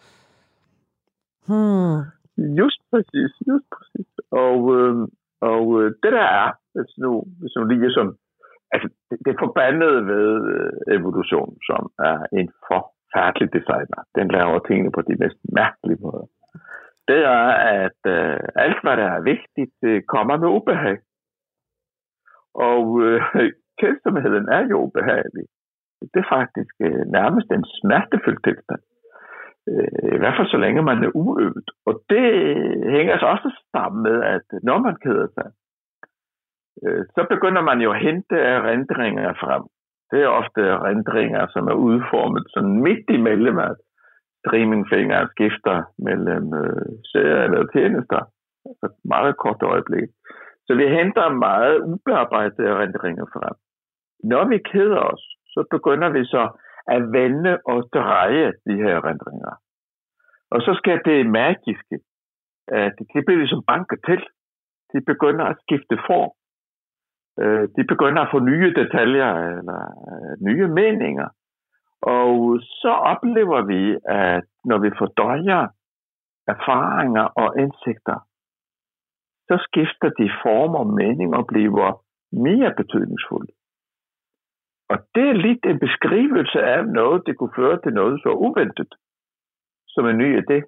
Hmm. Just præcis, just præcis. Og, øh, og øh, det der er, hvis nu, hvis nu lige som, altså det, det forbandede ved øh, evolution, som er en forfærdelig designer. Den laver tingene på de mest mærkelige måder. Det er, at øh, alt, hvad der er vigtigt, det kommer med ubehag. Og øh, kedsomheden er jo ubehagelig. Det er faktisk øh, nærmest en smertefyldt tilstand. Øh, I hvert fald så længe man er uøvet. Og det hænger så også sammen med, at når man keder sig, øh, så begynder man jo at hente erindringer frem. Det er ofte erindringer, som er udformet sådan midt imellem, at streamingfingeren skifter mellem øh, serier eller tjenester. Altså et meget kort øjeblik. Så vi henter meget ubearbejdede erindringer frem. Når vi keder os, så begynder vi så at vende og dreje de her erindringer. Og så skal det magiske, at det bliver ligesom banket til. De begynder at skifte form. De begynder at få nye detaljer eller nye meninger. Og så oplever vi, at når vi fordøjer erfaringer og indsigter, så skifter de form og mening og bliver mere betydningsfulde. Og det er lidt en beskrivelse af noget, det kunne føre til noget så uventet som en ny idé.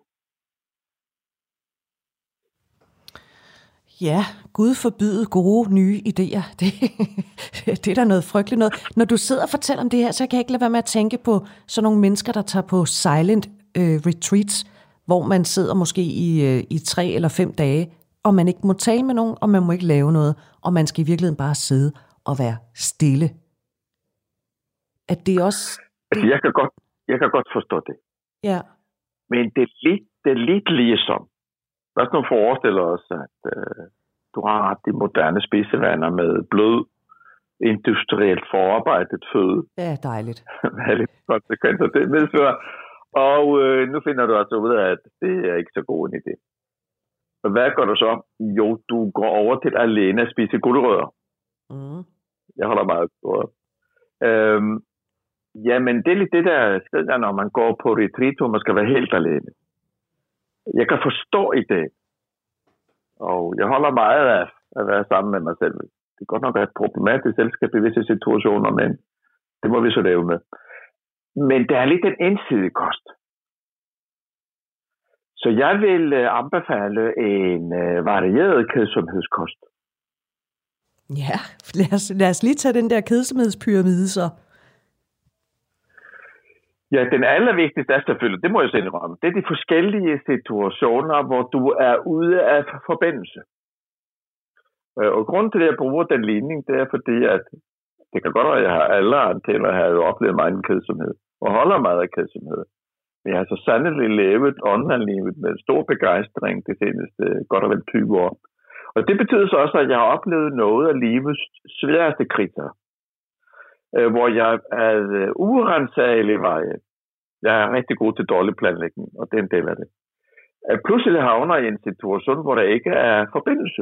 Ja, Gud forbyde gode nye idéer. Det, det er da noget frygteligt noget. Når du sidder og fortæller om det her, så kan jeg ikke lade være med at tænke på sådan nogle mennesker, der tager på silent øh, retreats, hvor man sidder måske i, øh, i tre eller fem dage, og man ikke må tale med nogen, og man må ikke lave noget, og man skal i virkeligheden bare sidde og være stille. At det også... Altså, jeg kan godt, jeg kan godt forstå det. Ja. Men det er lidt, det er lidt ligesom. Lad os nu forestille os, at øh, du har de moderne spisevaner med blød, industrielt forarbejdet føde. Ja, dejligt. Hvad er det konsekvenser det medfører? Og øh, nu finder du altså ud af, at det er ikke så god en idé. Og hvad gør du så? Jo, du går over til alene at spise gulerødder. Mm. Jeg holder meget på. Øhm, jamen, det er lidt det, der sker, når man går på retreat, hvor man skal være helt alene. Jeg kan forstå i det, og jeg holder meget af at være sammen med mig selv. Det er godt nok et problematisk selskab i visse situationer, men det må vi så leve med. Men det er lidt en ensidig kost. Så jeg vil anbefale en varieret kedsomhedskost. Ja, lad os, lad os lige tage den der kedsomhedspyramide så. Ja, den allervigtigste er selvfølgelig, det må jeg sige om, det er de forskellige situationer, hvor du er ude af forbindelse. Og grunden til, at jeg bruger den ligning, det er fordi, at det kan godt være, at jeg har alle til at have oplevet meget kedsomhed, og holder meget af kedsomhed. Men jeg har så sandelig levet online-livet med stor begejstring de seneste godt og vel tyve år. Og det betyder så også, at jeg har oplevet noget af livets sværeste kriser, hvor jeg er urensagelig veje. Jeg er rigtig god til dårlig planlægning, og det er en del af det. Pludselig havner jeg i en situation, hvor der ikke er forbindelse.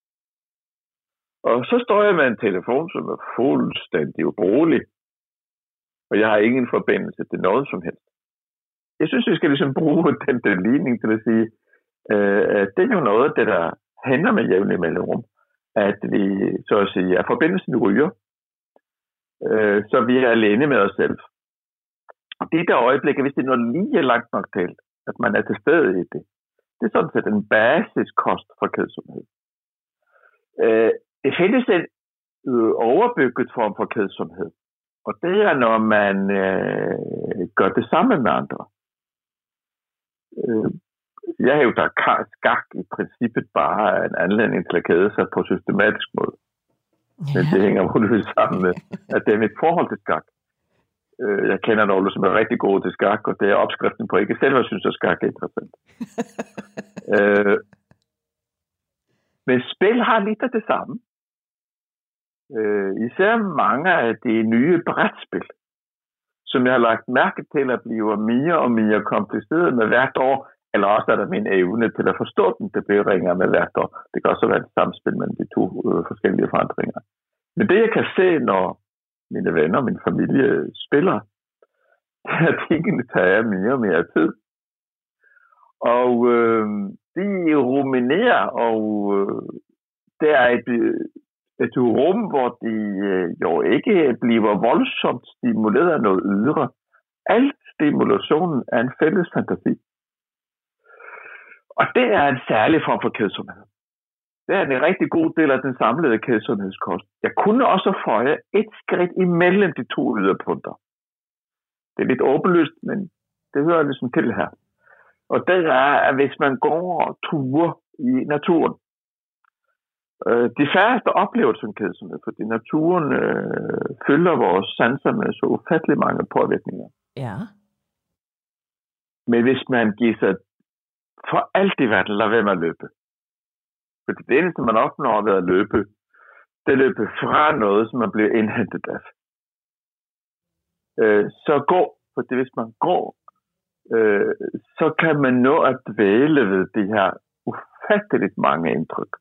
Og så står jeg med en telefon, som er fuldstændig ubrugelig, og jeg har ingen forbindelse til noget som helst. Jeg synes, vi skal ligesom bruge den, den ligning til at sige, øh, det er jo noget af det, der hænder med jævnlig mellemrum, at vi så at sige, er forbindelsen ryger, øh, så vi er alene med os selv. Og det der øjeblik, hvis det er noget lige langt nok til, at man er til stede i det, det er sådan set en basiskost for kedsomhed. Øh, det findes en øh, overbygget form for kedsomhed, og det er, når man øh, gør det sammen med andre. Øh, jeg hævder, at skak i princippet bare er en anledning til at kede sig på systematisk måde. Ja. Men det hænger muligvis sammen med, at det er mit forhold til skak. Jeg kender nogle, som er rigtig gode til skak, og det er opskriften på, ikke selv, jeg synes, at skak er interessant. øh, men spil har lidt af det samme. Øh, især mange af de nye brætspil, som jeg har lagt mærke til at blive mere og mere kompliceret med hvert år, eller også er der min evne til at forstå den, det bliver ringer med hvert år. Det kan også være et samspil mellem de to øh, forskellige forandringer. Men det, jeg kan se, når mine venner og min familie spiller, det er, at tingene tager mere og mere tid. Og øh, de ruminerer, og øh, det er et, et rum, hvor de øh, jo ikke bliver voldsomt stimuleret af noget ydre. Al stimulationen er en fælles fantasi. Og det er en særlig form for kedsomhed. Det er en rigtig god del af den samlede kedsomhedskost. Jeg kunne også føje et skridt imellem de to yderpunkter. Det er lidt åbenlyst, men det hører ligesom til her. Og det er, at hvis man går og turer i naturen, øh, de færreste oplever sådan kedsomhed, fordi naturen øh, fylder vores sanser med så ufattelig mange påvirkninger. Ja. Men hvis man giver sig for alt i verden, lad være med at løbe. Fordi det eneste, man opnår ved at løbe, det løber fra noget, som man bliver indhentet af. Øh, så gå, fordi hvis man går, øh, så kan man nå at dvæle ved de her ufatteligt mange indtryk.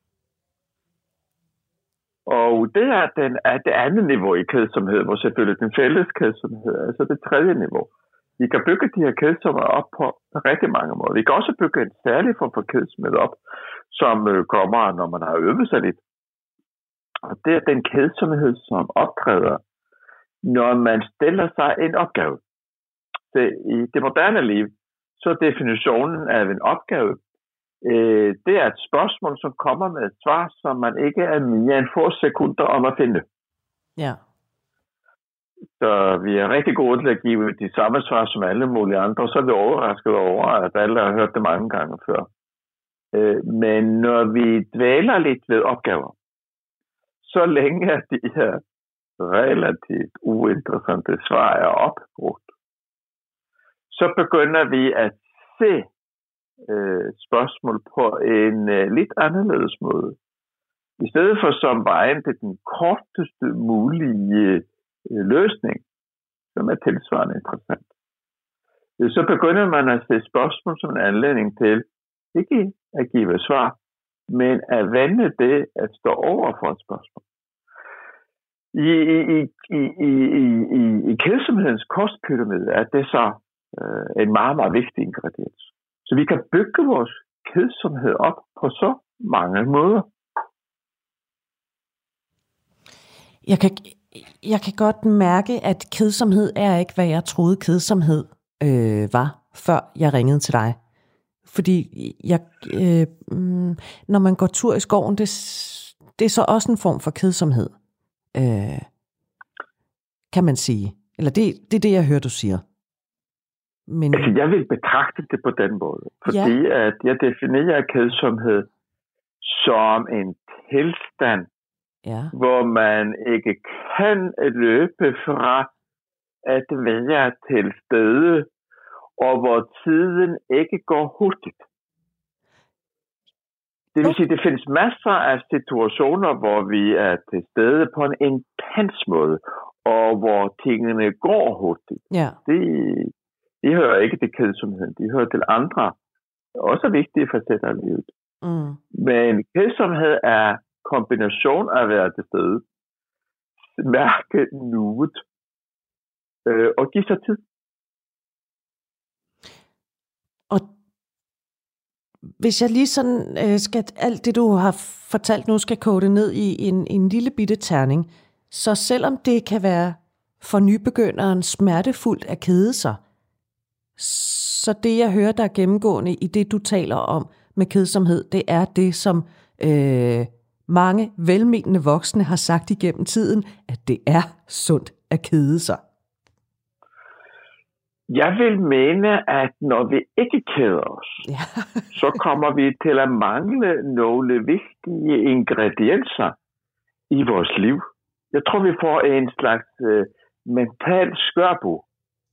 Og det er, den, er det andet niveau i kedsomhed, hvor selvfølgelig den fælles kedsomhed er altså det tredje niveau. Vi kan bygge de her kedsomheder op på rigtig mange måder. Vi kan også bygge en særlig form for kedsomhed op, som øh, kommer, når man har øvet sig lidt. Og det er den kedsomhed, som optræder, når man stiller sig en opgave. Det, i det moderne liv, så er definitionen af en opgave, øh, det er et spørgsmål, som kommer med et svar, som man ikke er mere end få sekunder om at finde. Ja. Så vi er rigtig gode til at give de samme svar som alle mulige andre, så er vi overrasket over, at alle har hørt det mange gange før. Øh, men når vi dvæler lidt ved opgaver, så længe at de her relativt uinteressante svar er opbrugt, så begynder vi at se øh, spørgsmål på en øh, lidt anderledes måde. I stedet for som vejen til den korteste mulige øh, løsning, som er tilsvarende interessant, øh, så begynder man at se spørgsmål som en anledning til ikke at give svar, men at vende det at stå over for et spørgsmål. I, i, i, i, i, i, i kedsomhedens kostpyramide er det så øh, en meget, meget vigtig ingrediens. Så vi kan bygge vores kedsomhed op på så mange måder. Jeg kan, jeg kan godt mærke, at kedsomhed er ikke, hvad jeg troede kedsomhed øh, var, før jeg ringede til dig. Fordi jeg, øh, når man går tur i skoven, det, det er så også en form for kedsomhed. Øh, kan man sige. Eller det, det er det, jeg hører, du siger. Men... Altså, jeg vil betragte det på den måde. Fordi ja. at jeg definerer kedsomhed som en tilstand, ja. hvor man ikke kan løbe fra at være til stede, og hvor tiden ikke går hurtigt. Det vil sige, at det findes masser af situationer, hvor vi er til stede på en intens måde, og hvor tingene går hurtigt. Ja. De, de hører ikke til kedsomheden, de hører til andre, også vigtige facetter af livet. Mm. Men kedsomhed er kombination af at være til stede, mærke nuet, øh, og give sig tid. Og hvis jeg lige sådan øh, skal, alt det du har fortalt nu, skal kode ned i en, en lille bitte terning, så selvom det kan være for nybegynderen smertefuldt at kede sig, så det jeg hører, der er gennemgående i det du taler om med kedsomhed, det er det, som øh, mange velmenende voksne har sagt igennem tiden, at det er sundt at kede sig. Jeg vil mene, at når vi ikke keder os, Ja. så kommer vi til at mangle nogle vigtige ingredienser i vores liv. Jeg tror, vi får en slags øh, mental skørbo.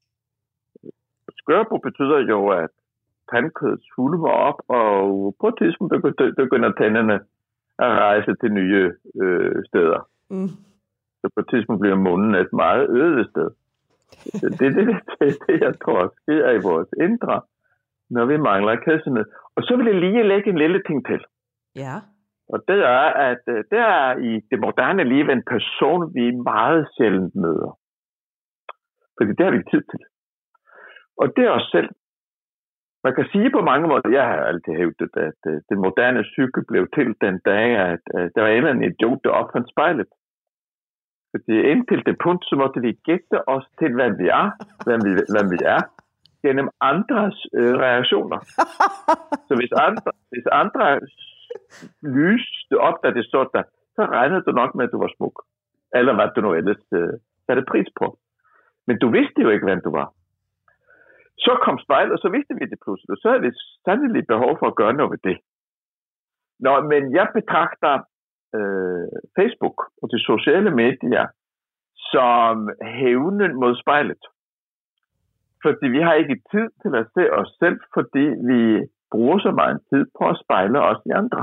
Skørbo betyder jo, at tandkødet svulmer op, og på et tidspunkt begynder tænderne at rejse til nye øh, steder. Mm. Så på et tidspunkt bliver munden et meget øde sted. Det er det, det, det, det, jeg tror sker i vores indre, når vi mangler kedsomhed. Og så vil jeg lige lægge en lille ting til. Ja. Og det er, at det er i det moderne liv en person, vi meget sjældent møder. Fordi det har vi tid til. Og det er os selv. Man kan sige på mange måder, jeg har altid hævdet, at den moderne psyke blev til den dag, at der var en eller anden idiot, der opfandt spejlet. Fordi indtil det punkt, så måtte vi gætte os til, hvem vi er, hvem vi, hvem vi er, gennem andres øh, reaktioner. Så hvis andre, hvis andre lyste op, da det stod der, så regnede du nok med, at du var smuk. Eller hvad du nu ellers øh, satte pris på. Men du vidste jo ikke, hvem du var. Så kom spejlet, og så vidste vi det pludselig. Og så havde vi sandelig behov for at gøre noget ved det. Nå, men jeg betragter øh, Facebook og de sociale medier som hævnen mod spejlet. Fordi vi har ikke tid til at se os selv, fordi vi bruger så meget tid på at spejle os i andre.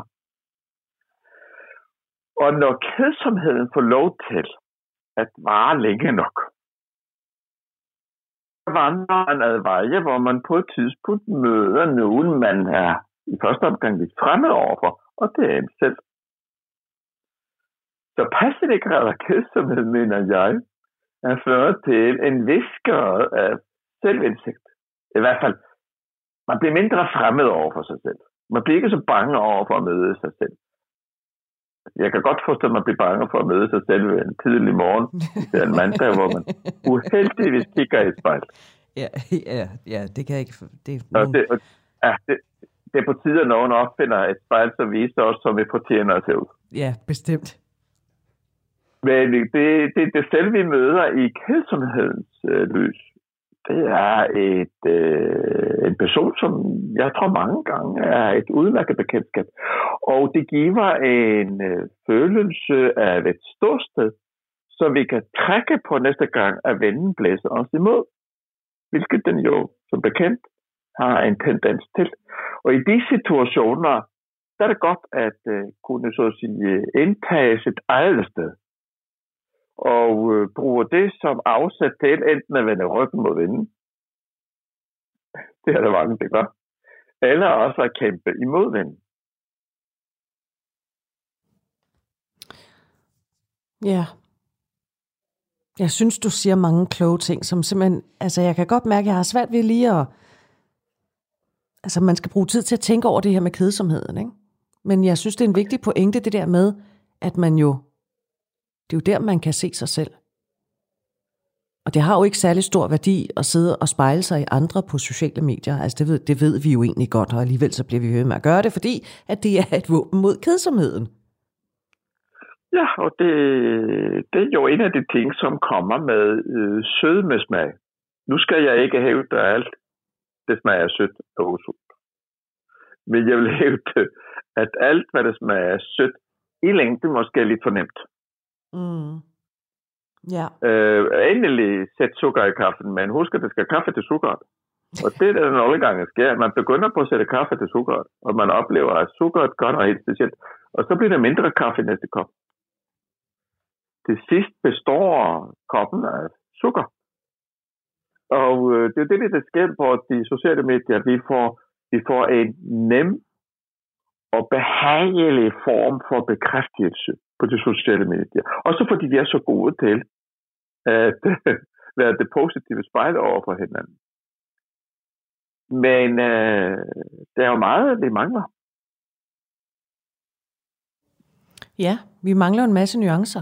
Og når kedsomheden får lov til at vare længe nok, vandrer man ad veje, hvor man på et tidspunkt møder nogen, man er i første omgang lidt fremmed overfor, og det er en selv. Så passiv grad af kedsomhed, mener jeg, er ført til en vis grad af selvindsigt. I hvert fald, man bliver mindre fremmed over for sig selv. Man bliver ikke så bange over for at møde sig selv. Jeg kan godt forstå, at man bliver bange for at møde sig selv en tidlig morgen. Det er en mandag, hvor man uheldigvis kigger i et spejl. Ja, ja, ja, det kan jeg ikke... Det, og det, og, ja, det, det er på tide, at nogen opfinder et spejl, som viser os, som vi fortjener at se ud. Ja, bestemt. Men det, det, det selv, vi møder i kedsomhedens øh, lys, det er et, øh, en person, som jeg tror mange gange er et udmærket bekendtskab. Og det giver en øh, følelse af et ståsted, så vi kan trække på næste gang, at vinden blæser os imod. Hvilket den jo, som bekendt, har en tendens til. Og i de situationer, der er det godt at øh, kunne så at sige, indtage sit eget sted. Og øh, bruge det som afsæt til enten at vende ryggen mod vinden. Det er der mange, det gør. Eller også at kæmpe imod vinden. Ja. Jeg synes, du siger mange kloge ting, som simpelthen... Altså, jeg kan godt mærke, at jeg har svært ved lige at... Altså, man skal bruge tid til at tænke over det her med kedsomheden, ikke? Men jeg synes, det er en vigtig pointe, det der med, at man jo... Det er jo der, man kan se sig selv. Og det har jo ikke særlig stor værdi at sidde og spejle sig i andre på sociale medier. Altså, det ved, det ved vi jo egentlig godt, og alligevel så bliver vi ved med at gøre det, fordi at det er et våben mod kedsomheden. Ja, og det, det er jo en af de ting, som kommer med øh, sødmesmag. Nu skal jeg ikke hævde, at alt det smager sødt og usundt. Men jeg vil hævde, at alt, hvad det smager sødt, i længden måske er lidt for nemt. Mm. Ja. Øh, endelig sæt sukker i kaffen, men husk, at det skal kaffe til sukkeret. Og det er det, der nogle gange sker. Man begynder på at sætte kaffe til sukkeret, og man oplever, at sukkeret gør noget helt specielt. Og så bliver der mindre kaffe i næste kop. Til sidst består koppen af sukker. Og øh, det er det, der sker på de sociale medier. Vi får, vi får en nem og behagelig form for bekræftelse på de sociale medier. Også fordi vi er så gode til at være det positive spejl over for hinanden. Men øh, der er jo meget, vi mangler. Ja, vi mangler en masse nuancer.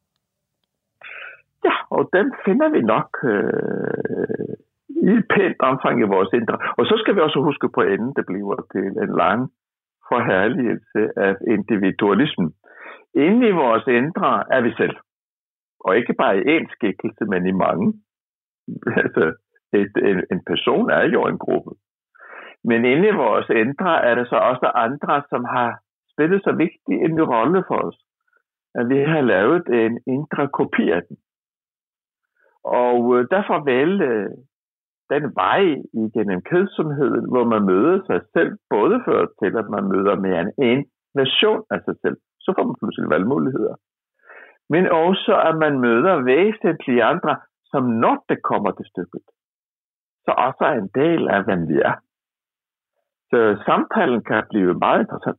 Ja, og dem finder vi nok øh, i et pænt omfang i vores indre. Og så skal vi også huske på enden, det bliver til en lang forherligelse af individualismen. Inde i vores indre er vi selv. Og ikke bare i én skikkelse, men i mange. Altså, et, en, en person er jo en gruppe. Men inde i vores indre er der så også andre, som har spillet så vigtig en rolle for os, at vi har lavet en indre kopi af den. Og derfor vel den vej igennem kedsomheden, hvor man møder sig selv, både fører til, at man møder mere end en version af sig selv. Så får man pludselig valgmuligheder. Men også, at man møder væsentlige andre, som når det kommer til stykket, så også er en del af, hvem vi er. Så samtalen kan blive meget interessant.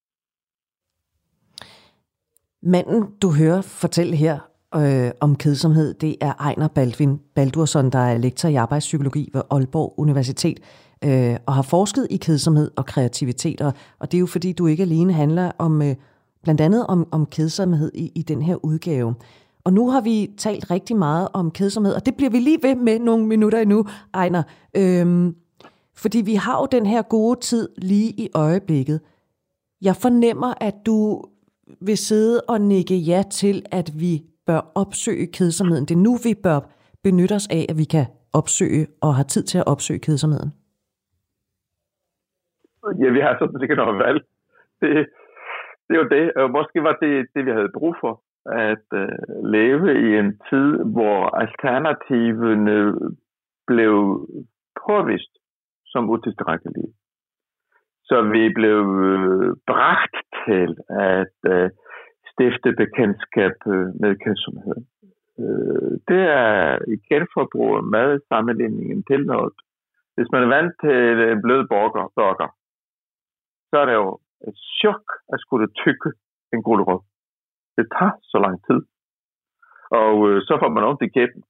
Manden, du hører fortælle her øh, om kedsomhed, det er Einar Baldvin Baldursson, der er lektor i arbejdspsykologi ved Aalborg Universitet, øh, og har forsket i kedsomhed og kreativitet. Og, og det er jo fordi, du ikke alene handler om, øh, blandt andet om, om kedsomhed i, i den her udgave. Og nu har vi talt rigtig meget om kedsomhed, og det bliver vi lige ved med nogle minutter endnu, Einar. Øhm, fordi vi har jo den her gode tid lige i øjeblikket. Jeg fornemmer, at du vil sidde og nikke ja til, at vi bør opsøge kedsomheden. Det er nu, vi bør benytte os af, at vi kan opsøge og har tid til at opsøge kedsomheden. Ja, vi har sådan sikkert noget valg. Det, det er jo det. Og måske var det det, vi havde brug for. At uh, leve i en tid, hvor alternativerne blev påvist som utilstrækkelige. Så vi blev uh, bragt til at uh, stifte bekendtskab med kedsomheden. Uh, det er igen for at bruge med sammenligningen til noget. Hvis man er vant til en blød burger, burger, så er det jo et chok at skulle tykke en gulerod. Det tager så lang tid. Og øh, så får man ondt i kæben.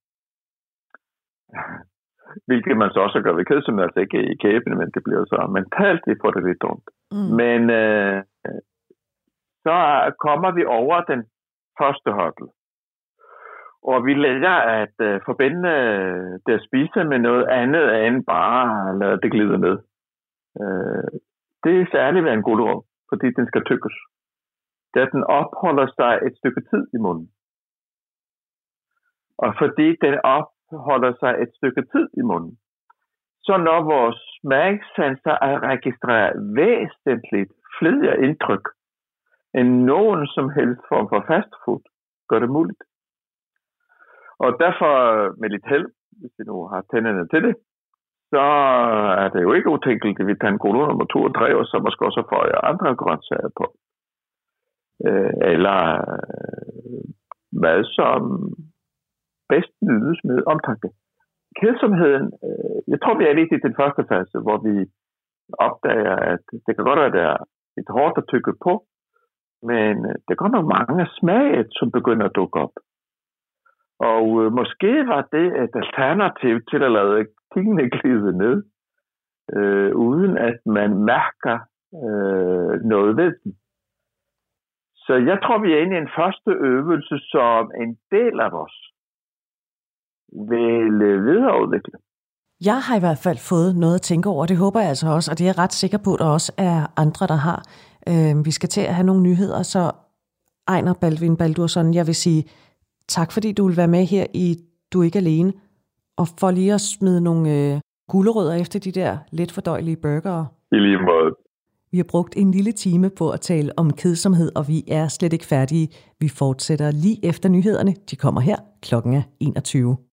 Hvilket man så også gør ved kedsomhed, altså ikke i kæben, men det bliver så mentalt, vi får det lidt ondt. Mm. Men øh, så kommer vi over den første hurdle. Og vi lærer at øh, forbinde det at spise med noget andet end bare at lade det glide ned. Øh, det er særligt ved en gulerod, fordi den skal tykkes. Da den opholder sig et stykke tid i munden. Og fordi den opholder sig et stykke tid i munden, så når vores smagssanser at registrere væsentligt flere indtryk, end nogen som helst form for fastfood, gør det muligt. Og derfor, med lidt held, hvis vi nu har tænderne til det, så er det jo ikke utænkeligt, at vi tager en gulerod nummer to og tre, og så måske også får andre grøntsager på. Eller hvad som bedst nydes med omtanke. Kedsomheden, jeg tror vi er lidt i den første fase, hvor vi opdager, at det kan godt være, at det er lidt hårdt at tykke på, men det er godt nok mange smage, som begynder at dukke op. Og måske var det et alternativ til at lade tingene glide ned, øh, uden at man mærker øh, noget ved den. Så jeg tror, vi er inde i en første øvelse, som en del af os vil videreudvikle. Jeg har i hvert fald fået noget at tænke over, det håber jeg altså også, og det er jeg ret sikker på, at der også er andre, der har. Øh, vi skal til at have nogle nyheder, så Einar Baldvin Baldursson, jeg vil sige tak, fordi du vil være med her i Du er ikke alene, og for lige at smide nogle øh, gulerødder efter de der lidt fordøjelige burgere. I lige måde. Vi har brugt en lille time på at tale om kedsomhed, og vi er slet ikke færdige. Vi fortsætter lige efter nyhederne. De kommer her. Klokken er enogtyve.